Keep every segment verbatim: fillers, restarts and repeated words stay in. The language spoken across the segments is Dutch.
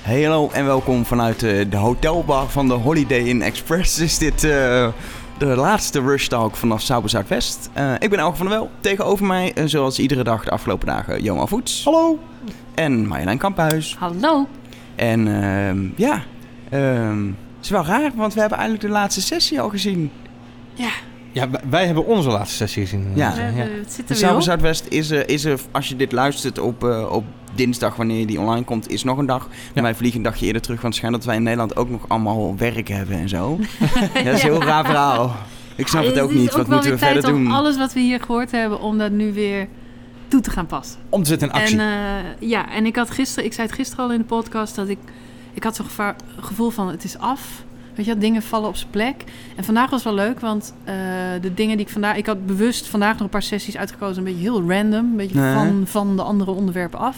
Hey, hallo en welkom vanuit uh, de hotelbar van de Holiday Inn Express. Is dit uh, de laatste Rush Talk vanaf Sauber Zuidwest. Uh, ik ben Elke van der Wel. Tegenover mij, uh, zoals iedere dag de afgelopen dagen, Johan Voets. Hallo. En Marjolein Kamphuis. Hallo. En uh, ja, uh, het is wel raar, want we hebben eigenlijk de laatste sessie al gezien. Ja. Ja, wij hebben onze laatste sessie gezien. Ja. We, ja. het zit er Sauber weer Zuidwest is er, is er, als je dit luistert op, uh, op dinsdag, wanneer die online komt, is nog een dag. Ja. Wij vliegen een dagje eerder terug, want het schijnt dat wij in Nederland ook nog allemaal werk hebben en zo. Ja, dat is een heel raar verhaal. Ik snap het ook het niet. ook Wat moeten we verder doen? Om alles wat we hier gehoord hebben, om dat nu weer toe te gaan passen. Om te zetten in actie. En, uh, ja, en ik had gisteren, ik zei het gisteren al in de podcast, dat ik, ik had zo'n gevaar, gevoel van het is af. Weet je, dingen vallen op zijn plek. En vandaag was wel leuk, want uh, de dingen die ik vandaag... Ik had bewust vandaag nog een paar sessies uitgekozen. Een beetje heel random. Een beetje nee. van, van de andere onderwerpen af.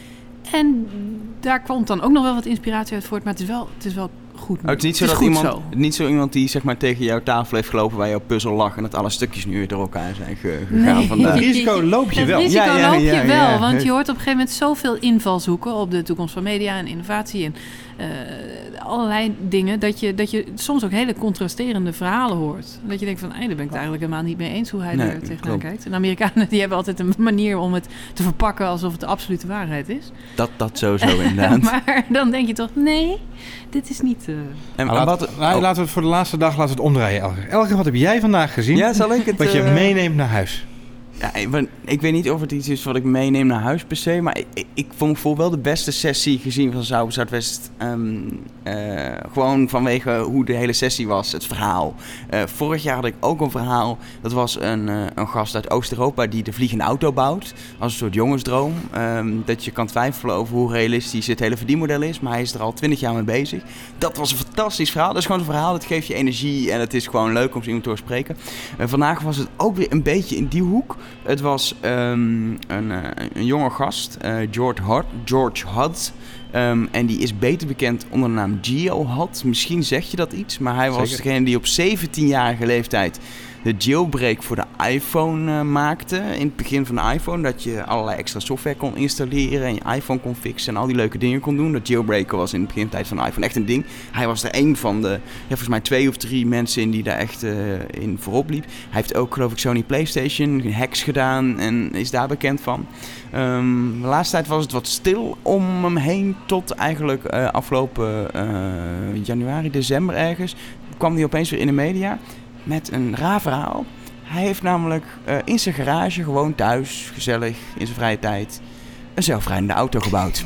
En daar kwam dan ook nog wel wat inspiratie uit voort. Maar het is wel, het is wel goed. Oh, het is niet zo het is dat goed iemand, zo. Niet zo iemand die zeg maar tegen jouw tafel heeft gelopen waar jouw puzzel lag en dat alle stukjes nu weer door elkaar zijn ge- gegaan nee. vandaag. Het risico loop je wel. Het risico ja, ja, loop je ja, wel. ja, ja. Want je hoort op een gegeven moment zoveel invalshoeken op de toekomst van media en innovatie en uh, allerlei dingen, dat je, dat je soms ook hele contrasterende verhalen hoort. Dat je denkt van, hey, daar ben ik het eigenlijk helemaal niet mee eens hoe hij nee, er tegenaan klopt. kijkt. En Amerikanen die hebben altijd een manier om het te verpakken alsof het de absolute waarheid is. Dat, dat sowieso inderdaad. Maar dan denk je toch, nee, dit is niet... Uh... En, nou, laat, wat, nou, oh. laten we het voor de laatste dag laten we het omdraaien, Elke. Elke, wat heb jij vandaag gezien? Ja, zal ik het... Wat je uh... meeneemt naar huis? Ja, ik, ik weet niet of het iets is wat ik meeneem naar huis per se, maar ik, ik, ik vond voor wel de beste sessie gezien van Sauber Zuidwest. Um, uh, gewoon vanwege hoe de hele sessie was, het verhaal. Uh, vorig jaar had ik ook een verhaal. Dat was een, uh, een gast uit Oost-Europa die de vliegende auto bouwt. Als een soort jongensdroom. Um, dat je kan twijfelen over hoe realistisch het hele verdienmodel is, maar hij is er al twintig jaar mee bezig. Dat was een fantastisch verhaal. Dat is gewoon een verhaal, dat geeft je energie en het is gewoon leuk om zo iemand te horen spreken. Uh, vandaag was het ook weer een beetje in die hoek. Het was um, een, uh, een jonge gast, uh, George Hudd. George Hudd. Um, en die is beter bekend onder de naam Geo Hudd. Misschien zeg je dat iets, maar hij was Zeker. degene die op zeventienjarige leeftijd de jailbreak voor de iPhone uh, maakte. In het begin van de iPhone, dat je allerlei extra software kon installeren en je iPhone kon fixen en al die leuke dingen kon doen. Dat jailbreaken was in het begintijd van de iPhone echt een ding. Hij was er één van de, ja, volgens mij twee of drie mensen in die daar echt uh, in voorop liep. Hij heeft ook, geloof ik, Sony PlayStation hacks gedaan en is daar bekend van. Um, de laatste tijd was het wat stil om hem heen tot eigenlijk uh, afgelopen uh, januari, december ergens. Kwam hij opeens weer in de media met een raar verhaal. Hij heeft namelijk uh, in zijn garage, gewoon thuis, gezellig, in zijn vrije tijd, een zelfrijdende auto gebouwd.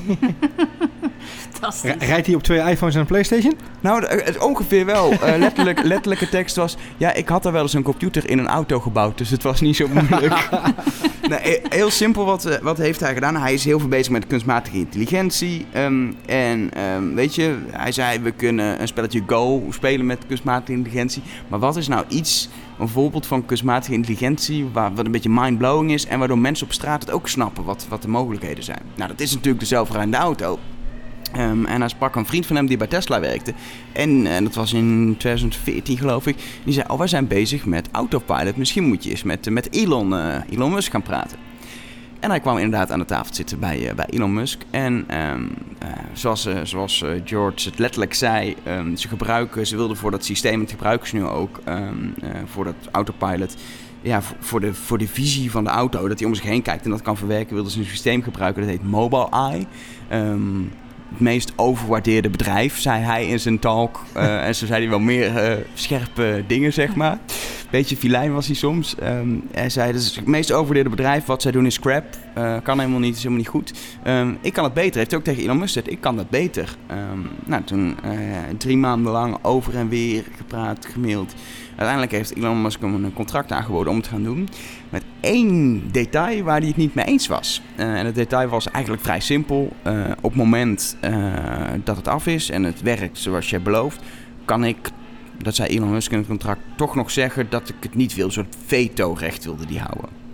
Fantastisch. R- rijdt hij op twee iPhones en een PlayStation? Nou, het ongeveer wel. Uh, letterlijk, letterlijke tekst was, ja, ik had er wel eens een computer in een auto gebouwd, dus het was niet zo moeilijk. Nee, heel simpel, wat, wat heeft hij gedaan? Hij is heel veel bezig met kunstmatige intelligentie. Um, en um, weet je, hij zei, we kunnen een spelletje Go spelen met kunstmatige intelligentie. Maar wat is nou iets, een voorbeeld van kunstmatige intelligentie, waar, wat een beetje mindblowing is en waardoor mensen op straat het ook snappen wat, wat de mogelijkheden zijn? Nou, dat is natuurlijk de zelfrijdende auto. Um, en hij sprak een vriend van hem die bij Tesla werkte. En, en dat was in twintig veertien geloof ik. Die zei, oh, wij zijn bezig met autopilot. Misschien moet je eens met, met Elon, uh, Elon Musk gaan praten. En hij kwam inderdaad aan de tafel zitten bij, uh, bij Elon Musk. En um, uh, zoals, uh, zoals uh, George het letterlijk zei, um, ze gebruiken, ze wilden voor dat systeem, het gebruiken ze nu ook, um, uh, voor dat autopilot. Ja, voor de, voor de visie van de auto, dat hij om zich heen kijkt en dat kan verwerken, wilden ze een systeem gebruiken, dat heet Mobile Eye. Um, Het meest overwaardeerde bedrijf, zei hij in zijn talk. Uh, en zo zei hij wel meer uh, scherpe dingen, zeg maar. Beetje filijn was hij soms. Um, hij zei, dat is het meest overwaardeerde bedrijf. Wat zij doen is scrap. Uh, kan helemaal niet, is helemaal niet goed. Um, ik kan het beter. Heeft hij ook tegen Elon Musk gezegd, ik kan dat beter. Um, nou, toen uh, drie maanden lang over en weer gepraat, gemaild. Uiteindelijk heeft Elon Musk hem een contract aangeboden om het te gaan doen. Met één detail waar hij het niet mee eens was. Uh, en het detail was eigenlijk vrij simpel. Uh, op het moment uh, dat het af is en het werkt zoals je belooft, kan ik, dat zei Elon Musk in het contract, toch nog zeggen dat ik het niet wil. Een soort veto-recht wilde die houden.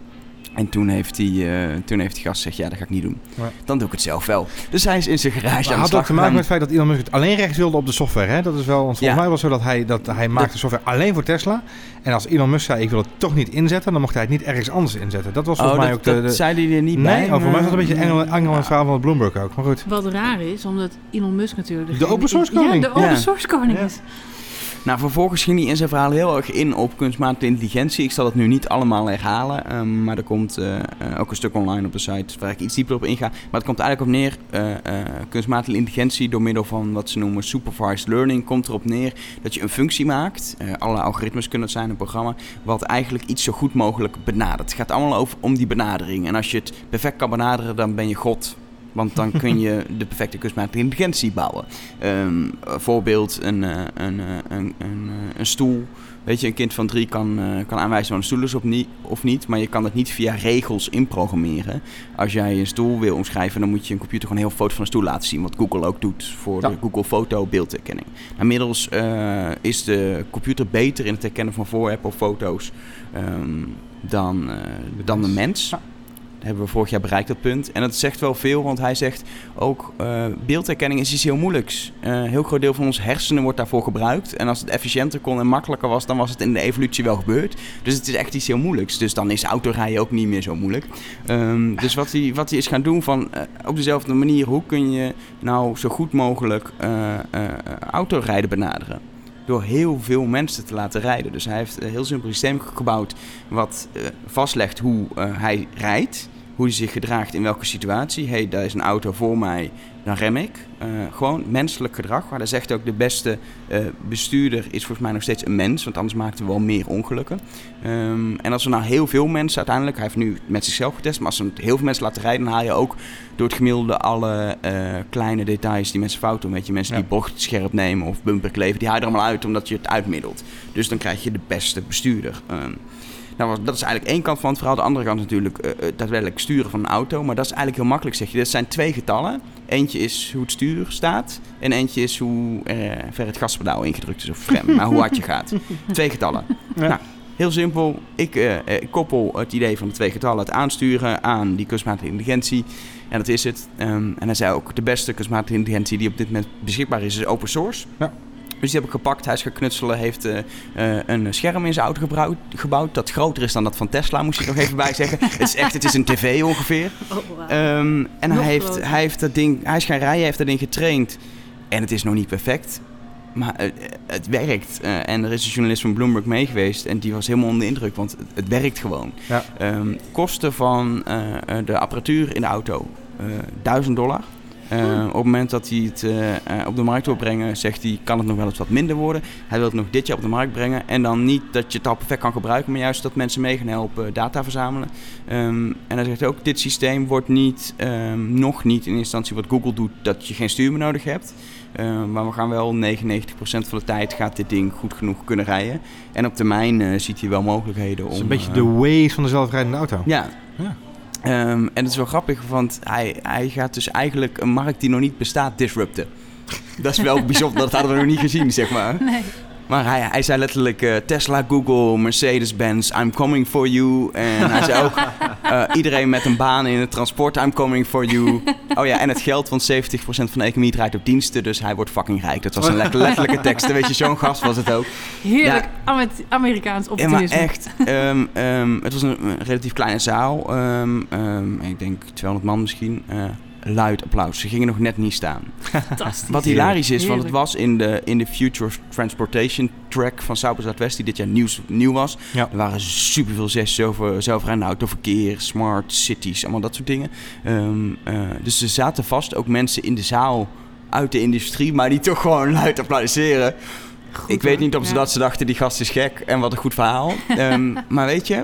En toen heeft, die, uh, toen heeft die gast gezegd, ja, dat ga ik niet doen. Ja. Dan doe ik het zelf wel. Dus hij is in zijn garage maar aan de had slag dat te maken gegaan. met het feit dat Elon Musk het alleen rechts wilde op de software, hè? Dat is wel, want volgens Ja. mij was het zo dat hij, dat hij maakte de software alleen voor Tesla. En als Elon Musk zei, ik wil het toch niet inzetten, dan mocht hij het niet ergens anders inzetten. Dat was volgens oh, mij dat, ook de... de... dat zei hij er niet nee, bij. oh, voor mij was dat een beetje engel, engel en Ja. verhaal van het Bloomberg ook. Maar goed. Wat raar is, omdat Elon Musk natuurlijk... De degene open source is- koning. Ja, de open Ja. source koning Ja. is. Nou, vervolgens ging hij in zijn verhaal heel erg in op kunstmatige intelligentie. Ik zal het nu niet allemaal herhalen, um, maar er komt uh, uh, ook een stuk online op de site waar ik iets dieper op inga. Maar het komt eigenlijk op neer, uh, uh, kunstmatige intelligentie door middel van wat ze noemen supervised learning, komt erop neer dat je een functie maakt, uh, alle algoritmes kunnen het zijn, een programma, wat eigenlijk iets zo goed mogelijk benadert. Het gaat allemaal over om die benadering. En als je het perfect kan benaderen, dan ben je God. Want dan kun je de perfecte kunstmatige intelligentie bouwen. Um, voorbeeld, een, uh, een, uh, een, een, uh, een stoel. Weet je, een kind van drie kan, uh, kan aanwijzen wat een stoel is of niet, of niet. Maar je kan het niet via regels inprogrammeren. Als jij een stoel wil omschrijven, dan moet je een computer gewoon een heel foto van een stoel laten zien. Wat Google ook doet voor ja. de Google Foto beeldherkenning. Inmiddels uh, is de computer beter in het herkennen van voorwerpen of foto's um, dan, uh, dan de mens. Ja. Hebben we vorig jaar bereikt, dat punt. En dat zegt wel veel, want hij zegt ook... Uh, beeldherkenning is iets heel moeilijks. Een uh, heel groot deel van onze hersenen wordt daarvoor gebruikt. En als het efficiënter kon en makkelijker was... dan was het in de evolutie wel gebeurd. Dus het is echt iets heel moeilijks. Dus dan is autorijden ook niet meer zo moeilijk. Um, dus wat hij, wat hij is gaan doen van... Uh, op dezelfde manier, hoe kun je nou zo goed mogelijk uh, uh, autorijden benaderen? Door heel veel mensen te laten rijden. Dus hij heeft een heel simpel systeem gebouwd... wat uh, vastlegt hoe uh, hij rijdt... hoe hij zich gedraagt in welke situatie. Hé, hey, daar is een auto voor mij, dan rem ik. Uh, gewoon menselijk gedrag. Maar hij zegt ook de beste uh, bestuurder is volgens mij nog steeds een mens. Want anders maakt hij wel meer ongelukken. Um, en als we nou heel veel mensen uiteindelijk... Hij heeft nu met zichzelf getest. Maar als we heel veel mensen laten rijden... dan haal je ook door het gemiddelde alle uh, kleine details die mensen fout doen. Weet je, mensen ja. die bocht scherp nemen of bumper kleven. Die haal je er allemaal uit omdat je het uitmiddelt. Dus dan krijg je de beste bestuurder. Um, Nou, dat is eigenlijk één kant van het verhaal. De andere kant is natuurlijk uh, daadwerkelijk sturen van een auto. Maar dat is eigenlijk heel makkelijk, zeg je. Dat zijn twee getallen. Eentje is hoe het stuur staat. En eentje is hoe uh, ver het gaspedaal ingedrukt is of rem. Maar hoe hard je gaat. Twee getallen. Ja. Nou, heel simpel. Ik, uh, ik koppel het idee van de twee getallen, het aansturen, aan die kunstmatige intelligentie. En dat is het. Um, en hij zei ook, de beste kunstmatige intelligentie die op dit moment beschikbaar is, is open source. Ja. Dus die heb ik gepakt, hij is gaan knutselen, heeft uh, uh, een scherm in zijn auto gebouwd, gebouwd dat groter is dan dat van Tesla, moest ik nog even bij zeggen. Het is echt, het is een tv ongeveer. Oh, wow. um, en hij heeft, hij heeft dat ding, hij is gaan rijden, hij heeft dat ding getraind. En het is nog niet perfect, maar uh, het werkt. Uh, en er is een journalist van Bloomberg mee geweest en die was helemaal onder de indruk, want het, het werkt gewoon. Ja. Um, kosten van uh, de apparatuur in de auto, uh, duizend dollar. Uh, op het moment dat hij het uh, uh, op de markt wil brengen, zegt hij, kan het nog wel eens wat minder worden. Hij wil het nog dit jaar op de markt brengen. En dan niet dat je het al perfect kan gebruiken, maar juist dat mensen mee gaan helpen data verzamelen. Um, en hij zegt ook, dit systeem wordt niet, um, nog niet in eerste instantie wat Google doet, dat je geen stuur meer nodig hebt. Uh, maar we gaan wel negenennegentig procent van de tijd gaat dit ding goed genoeg kunnen rijden. En op termijn uh, ziet hij wel mogelijkheden om... Het is een beetje uh, de Waze van de zelfrijdende auto. Ja. ja. Um, en het is wel grappig, want hij, hij gaat dus eigenlijk een markt die nog niet bestaat disrupten. Dat is wel bijzonder, dat hadden we nog niet gezien, zeg maar. Nee. Maar hij, hij zei letterlijk uh, Tesla, Google, Mercedes-Benz, I'm coming for you. En hij zei ook uh, iedereen met een baan in het transport, I'm coming for you. Oh ja, en het geld, want zeventig procent van de economie draait op diensten, dus hij wordt fucking rijk. Dat was een letter, letterlijke tekst, weet je, zo'n gast was het ook. Heerlijk, ja, Amerikaans optimisme. Ja, maar echt, um, um, het was een, een relatief kleine zaal, um, um, ik denk tweehonderd man misschien. Uh, luid applaus. Ze gingen nog net niet staan. Fantastisch. Wat hilarisch is, want het was in de, in de Future of Transportation track van South by Southwest, die dit jaar nieuws, nieuw was. Ja. Er waren superveel sessies over zelfrijdende autoverkeer, smart cities, allemaal dat soort dingen. Um, uh, dus er zaten vast ook mensen in de zaal uit de industrie, maar die toch gewoon luid applaudisseren. Goed, ik weet niet of ze ja. dat ze dachten, die gast is gek en wat een goed verhaal. um, maar weet je...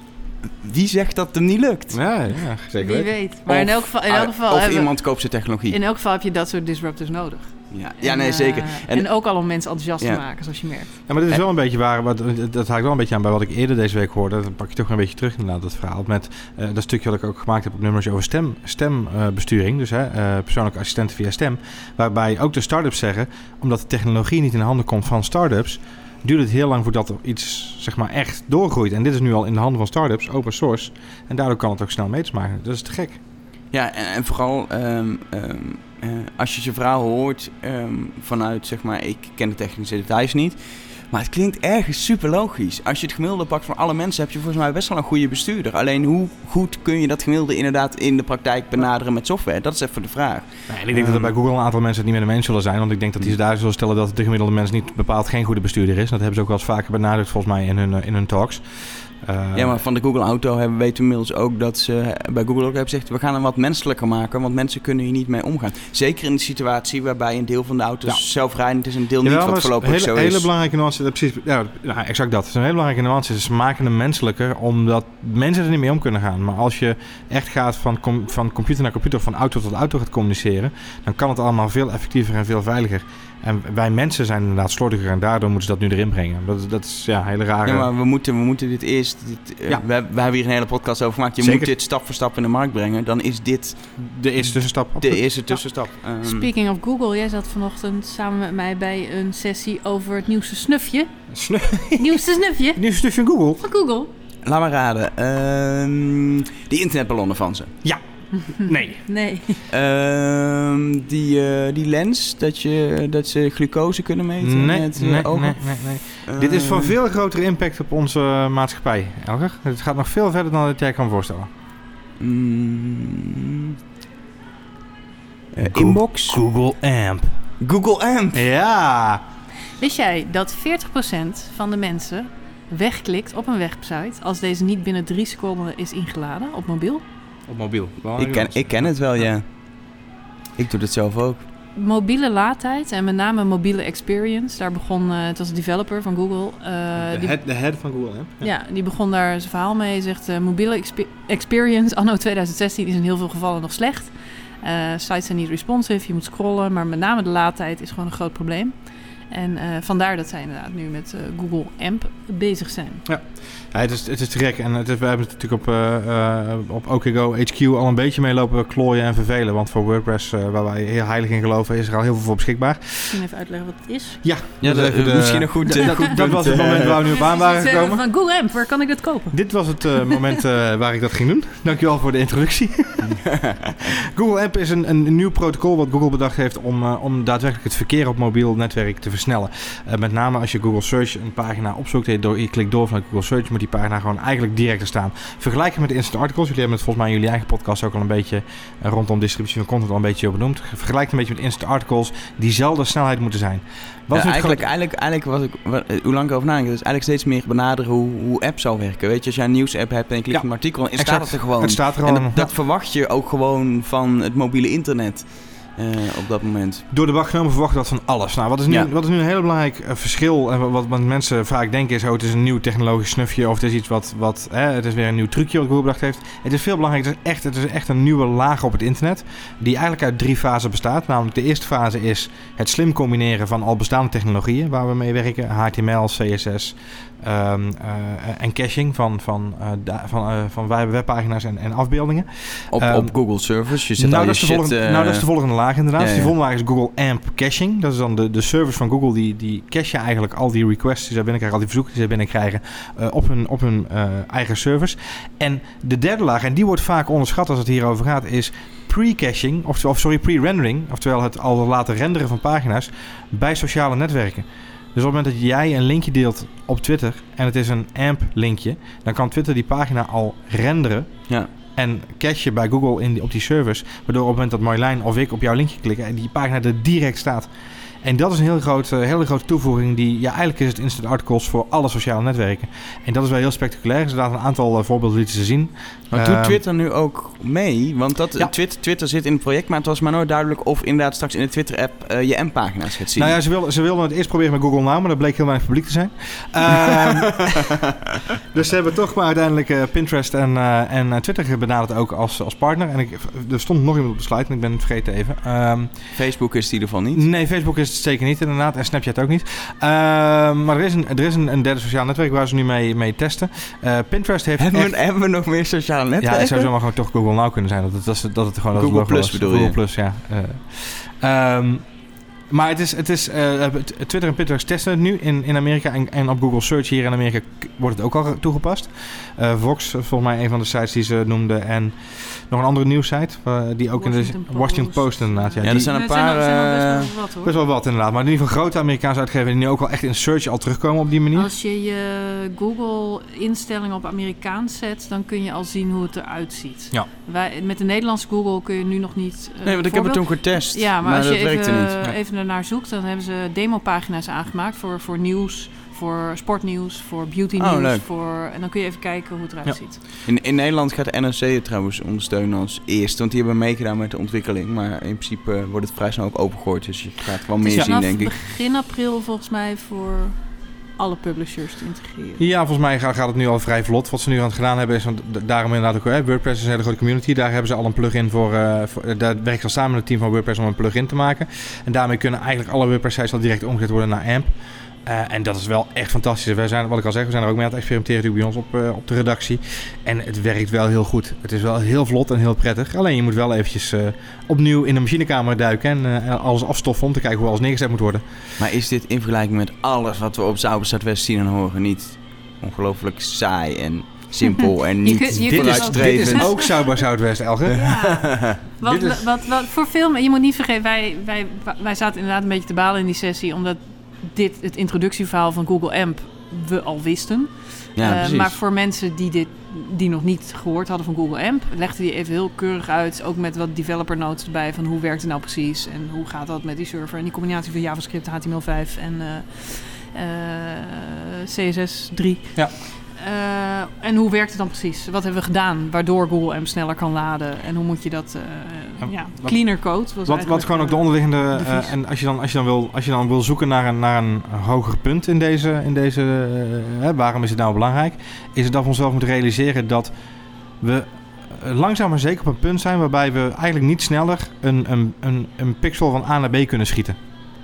Wie zegt dat het hem niet lukt? Ja, ja zeker. Wie weet. Maar of, in elk geval, in elk geval of hebben, iemand koopt zijn technologie. In elk geval heb je dat soort disruptors nodig. Ja, ja en, nee, zeker. En, en ook al om mensen enthousiast ja. te maken, zoals je merkt. Ja, maar dit is wel een beetje waar, wat, dat haakt wel een beetje aan bij wat ik eerder deze week hoorde. Dan pak je toch een beetje terug inderdaad, dat verhaal. Met uh, dat stukje wat ik ook gemaakt heb op nummers over stem, stembesturing. Uh, dus hè, uh, persoonlijke assistenten via stem. Waarbij ook de start-ups zeggen, omdat de technologie niet in de handen komt van start-ups, duurt het heel lang voordat er iets zeg maar echt doorgroeit. En dit is nu al in de handen van startups, open source. En daardoor kan het ook snel meters maken. Dat is te gek. Ja, en, en vooral um, um, uh, als je zijn verhaal hoort um, vanuit, zeg maar, ik ken de technische details niet, maar het klinkt ergens super logisch. Als je het gemiddelde pakt van alle mensen, heb je volgens mij best wel een goede bestuurder. Alleen hoe goed kun je dat gemiddelde inderdaad in de praktijk benaderen met software? Dat is even de vraag. Ja, en ik denk um, dat er bij Google een aantal mensen het niet met hem eens zullen zijn, want ik denk dat die ze daar zullen stellen dat de gemiddelde mens niet bepaald geen goede bestuurder is. Dat hebben ze ook wel eens vaker benadrukt volgens mij in hun, in hun talks. Uh, ja, maar van de Google Auto hebben weten we inmiddels ook dat ze bij Google ook hebben gezegd, we gaan hem wat menselijker maken, want mensen kunnen hier niet mee omgaan. Zeker in de situatie waarbij een deel van de auto's ja. zelfrijdend is en een deel niet, ja, wat voorlopig hele, zo is. Een hele belangrijke nuance, precies, ja, ja, exact dat. Het is een hele belangrijke nuance, ze maken hem menselijker, omdat mensen er niet mee om kunnen gaan. Maar als je echt gaat van, com, van computer naar computer, van auto tot auto gaat communiceren, dan kan het allemaal veel effectiever en veel veiliger. En wij mensen zijn inderdaad slordiger en daardoor moeten ze dat nu erin brengen. Dat, dat is ja, een hele rare... Ja, maar we moeten, we moeten dit eerst... Dit, uh, ja. we, we hebben hier een hele podcast over gemaakt. Je Zeker. moet dit stap voor stap in de markt brengen. Dan is dit... De eerste tussenstap. De eerste tussenstap. Ja. Um, Speaking of Google, jij zat vanochtend samen met mij bij een sessie over het nieuwste snufje. Snuf... nieuwste snufje? Het nieuwste snufje van Google? Van Google. Laat maar raden. Uh, die internetballonnen van ze. Ja. Nee. Nee. Uh, die, uh, die lens, dat, je, dat ze glucose kunnen meten nee, met uh, nee, ogen. Nee, nee, nee. Uh, Dit is van veel grotere impact op onze uh, maatschappij, Elger. Het gaat nog veel verder dan dat jij kan voorstellen. Mm, uh, inbox? Google Amp. Google Amp? Ja. Wist jij dat veertig procent van de mensen wegklikt op een website als deze niet binnen drie seconden is ingeladen op mobiel? Op mobiel. Ik ken, ik ken het wel, ja. Ik doe het zelf ook. Mobiele laadtijd en met name mobiele experience. Daar begon, uh, het was een developer van Google. Uh, de, die, head, de head van Google, hè? Ja. ja, die begon daar zijn verhaal mee. Hij zegt, uh, mobiele expe- experience anno twintig zestien is in heel veel gevallen nog slecht. Uh, sites zijn niet responsive, je moet scrollen. Maar met name de laadtijd is gewoon een groot probleem. En uh, vandaar dat zij inderdaad nu met uh, Google Amp bezig zijn. Ja, ja het, is, het is te gek. En het is, we hebben het natuurlijk op, uh, uh, op OkGo H Q al een beetje mee lopen klooien en vervelen. Want voor WordPress, uh, waar wij heel heilig in geloven, is er al heel veel voor beschikbaar. Misschien even uitleggen wat het is. Ja, ja dat, de, de, misschien nog goed. Dat, dat, dat was het moment waar we nu op aan waren gekomen. Van Google Amp, waar kan ik dat kopen? Dit was het uh, moment uh, waar ik dat ging doen. Dankjewel voor de introductie. Google Amp is een, een nieuw protocol wat Google bedacht heeft om, uh, om daadwerkelijk het verkeer op mobiel netwerk te versnellen. Uh, met name als je Google Search een pagina opzoekt en je, je klikt door vanuit Google Search, moet die pagina gewoon eigenlijk direct er staan. Vergelijk met de Instant Articles. Jullie hebben het volgens mij in jullie eigen podcast ook al een beetje uh, rondom distributie van content al een beetje benoemd. Vergelijk het een beetje met Instant Articles. Diezelfde snelheid moeten zijn. Wat ja, is eigenlijk, groot... eigenlijk, eigenlijk wat ik, wat, hoe lang ik over nadenk, is eigenlijk steeds meer benaderen hoe, hoe app zal werken. Weet je, als jij een nieuwsapp hebt en je klikt ja, een artikel, en staat het er gewoon. Het staat er gewoon. En dat, ja. dat verwacht je ook gewoon van het mobiele internet. Uh, op dat moment. Door de wacht genomen verwachten we dat van alles. Nou, wat is nu, ja. wat is nu een heel belangrijk uh, verschil en wat, wat mensen vaak denken is, oh, het is een nieuw technologisch snufje of het is iets wat, wat hè, het is weer een nieuw trucje wat Google bedacht heeft. Het is veel belangrijker. Het is echt, het is echt een nieuwe laag op het internet die eigenlijk uit drie fasen bestaat. Namelijk de eerste fase is het slim combineren van al bestaande technologieën waar we mee werken. H T M L, C S S um, uh, en caching van, van, uh, da, van, uh, van webpagina's en, en afbeeldingen. Op, um, op Google servers. Je zet nou, al dat je is de shit, volgende, uh, nou, dat is de volgende laag inderdaad. Ja, ja. Die volgende laag is Google Amp Caching. Dat is dan de, de service van Google die, die cachen eigenlijk al die requests die zij binnenkrijgen, al die verzoeken die zij binnenkrijgen uh, op hun, op hun uh, eigen servers. En de derde laag, en die wordt vaak onderschat als het hierover gaat, is pre-caching, of, of sorry, pre-rendering, oftewel het al laten renderen van pagina's bij sociale netwerken. Dus op het moment dat jij een linkje deelt op Twitter en het is een A M P-linkje, dan kan Twitter die pagina al renderen. Ja. En cachen bij Google in die, op die servers. Waardoor op het moment dat Marjolein of ik op jouw linkje klikken en die pagina er direct staat. En dat is een heel groot, uh, hele grote toevoeging. Die, ja, eigenlijk is het Instant Articles voor alle sociale netwerken. En dat is wel heel spectaculair. Er zijn een aantal uh, voorbeelden lieten ze zien. Maar doet Twitter nu ook mee? Want dat, ja. Twitter, Twitter zit in het project, maar het was maar nooit duidelijk of inderdaad straks in de Twitter-app uh, je M-pagina's gaat zien. Nou ja, ze wilden, ze wilden het eerst proberen met Google Now, maar dat bleek heel weinig publiek te zijn. Uh, dus ze hebben toch maar uiteindelijk uh, Pinterest en, uh, en uh, Twitter benaderd ook als, als partner. En ik, er stond nog iemand op de slide en ik ben het vergeten even. Um, Facebook is het in ieder geval niet. Nee, Facebook is het zeker niet inderdaad. En Snapchat ook niet. Uh, maar er is, een, er is een, een derde sociaal netwerk waar ze nu mee, mee testen. Uh, Pinterest heeft hebben, echt... we, hebben we nog meer sociale netwerken? Ja, het zou zomaar gewoon toch Google Now kunnen zijn. Dat het, dat het, dat het gewoon... Google dat het Plus was. bedoel Google je? Plus, ja. Uh, um, Maar het is, het is uh, Twitter en Pinterest testen het nu in, in Amerika en, en op Google Search hier in Amerika wordt het ook al toegepast. Uh, Vox, volgens mij een van de sites die ze noemden en nog een andere nieuwssite uh, die ook Washington in de Washington Post, Post inderdaad. Ja, ja die, er zijn een paar... Er zijn uh, al best wel wat, hoor. Best wel wat inderdaad, maar in ieder geval grote Amerikaanse uitgevers die nu ook al echt in search al terugkomen op die manier. Als je je Google instellingen op Amerikaans zet, dan kun je al zien hoe het eruit ziet. Ja. Wij, met de Nederlandse Google kun je nu nog niet... Uh, nee, want ik heb het toen getest. Ja, maar, maar als dat je werkte even, niet. uh, even ernaar zoekt, dan hebben ze demopagina's aangemaakt voor, voor nieuws, voor sportnieuws, voor beautynieuws. Oh, leuk. Voor, en dan kun je even kijken hoe het eruit Ja. ziet. In, in Nederland gaat de N R C het trouwens ondersteunen als eerste, want die hebben meegedaan met de ontwikkeling. Maar in principe wordt het vrij snel ook opengegooid, dus je gaat wel meer Het is zien, vanaf denk ik. begin april volgens mij voor alle publishers te integreren. Ja, volgens mij gaat het nu al vrij vlot. Wat ze nu aan het gedaan hebben is, want daarom inderdaad ook, hè, WordPress is een hele grote community. Daar hebben ze al een plugin voor, uh, voor daar werken ze al samen met het team van WordPress om een plugin te maken. En daarmee kunnen eigenlijk alle WordPress sites al direct omgezet worden naar A M P. Uh, en dat is wel echt fantastisch. Wij zijn, wat ik al zeg, we zijn er ook mee aan het experimenteren bij ons op, uh, op de redactie. En het werkt wel heel goed. Het is wel heel vlot en heel prettig. Alleen je moet wel eventjes uh, opnieuw in de machinekamer duiken en uh, alles afstoffen om te kijken hoe alles neergezet moet worden. Maar is dit in vergelijking met alles wat we op Sauber Zuidwest zien en horen niet ongelooflijk saai en simpel en niet kunt- je Dit kunt is, ook- dit is vooruitstrevend? ook Sauber Zuidwest, Elge. Ja. Wat, Dit is- wat, wat, voor veel, je moet niet vergeten, wij, wij, wij zaten inderdaad een beetje te balen in die sessie, omdat dit, het introductieverhaal van Google A M P, we al wisten. Ja, Uh, precies. maar voor mensen die dit die nog niet gehoord hadden van Google A M P, legde die even heel keurig uit, ook met wat developer notes erbij, van hoe werkt het nou precies en hoe gaat dat met die server en die combinatie van JavaScript, H T M L vijf en uh, uh, C S S drie. Ja. Uh, en hoe werkt het dan precies? Wat hebben we gedaan waardoor Google A M P sneller kan laden? En hoe moet je dat... Uh, ja, wat, cleaner code. Was wat, wat gewoon ook de onderliggende... Uh, en als je, dan, als, je dan wil, als je dan wil zoeken naar een, naar een hoger punt in deze... In deze uh, hè, waarom is het nou belangrijk? Is het dat we onszelf moeten realiseren dat we langzaam maar zeker op een punt zijn waarbij we eigenlijk niet sneller een, een, een, een pixel van A naar B kunnen schieten.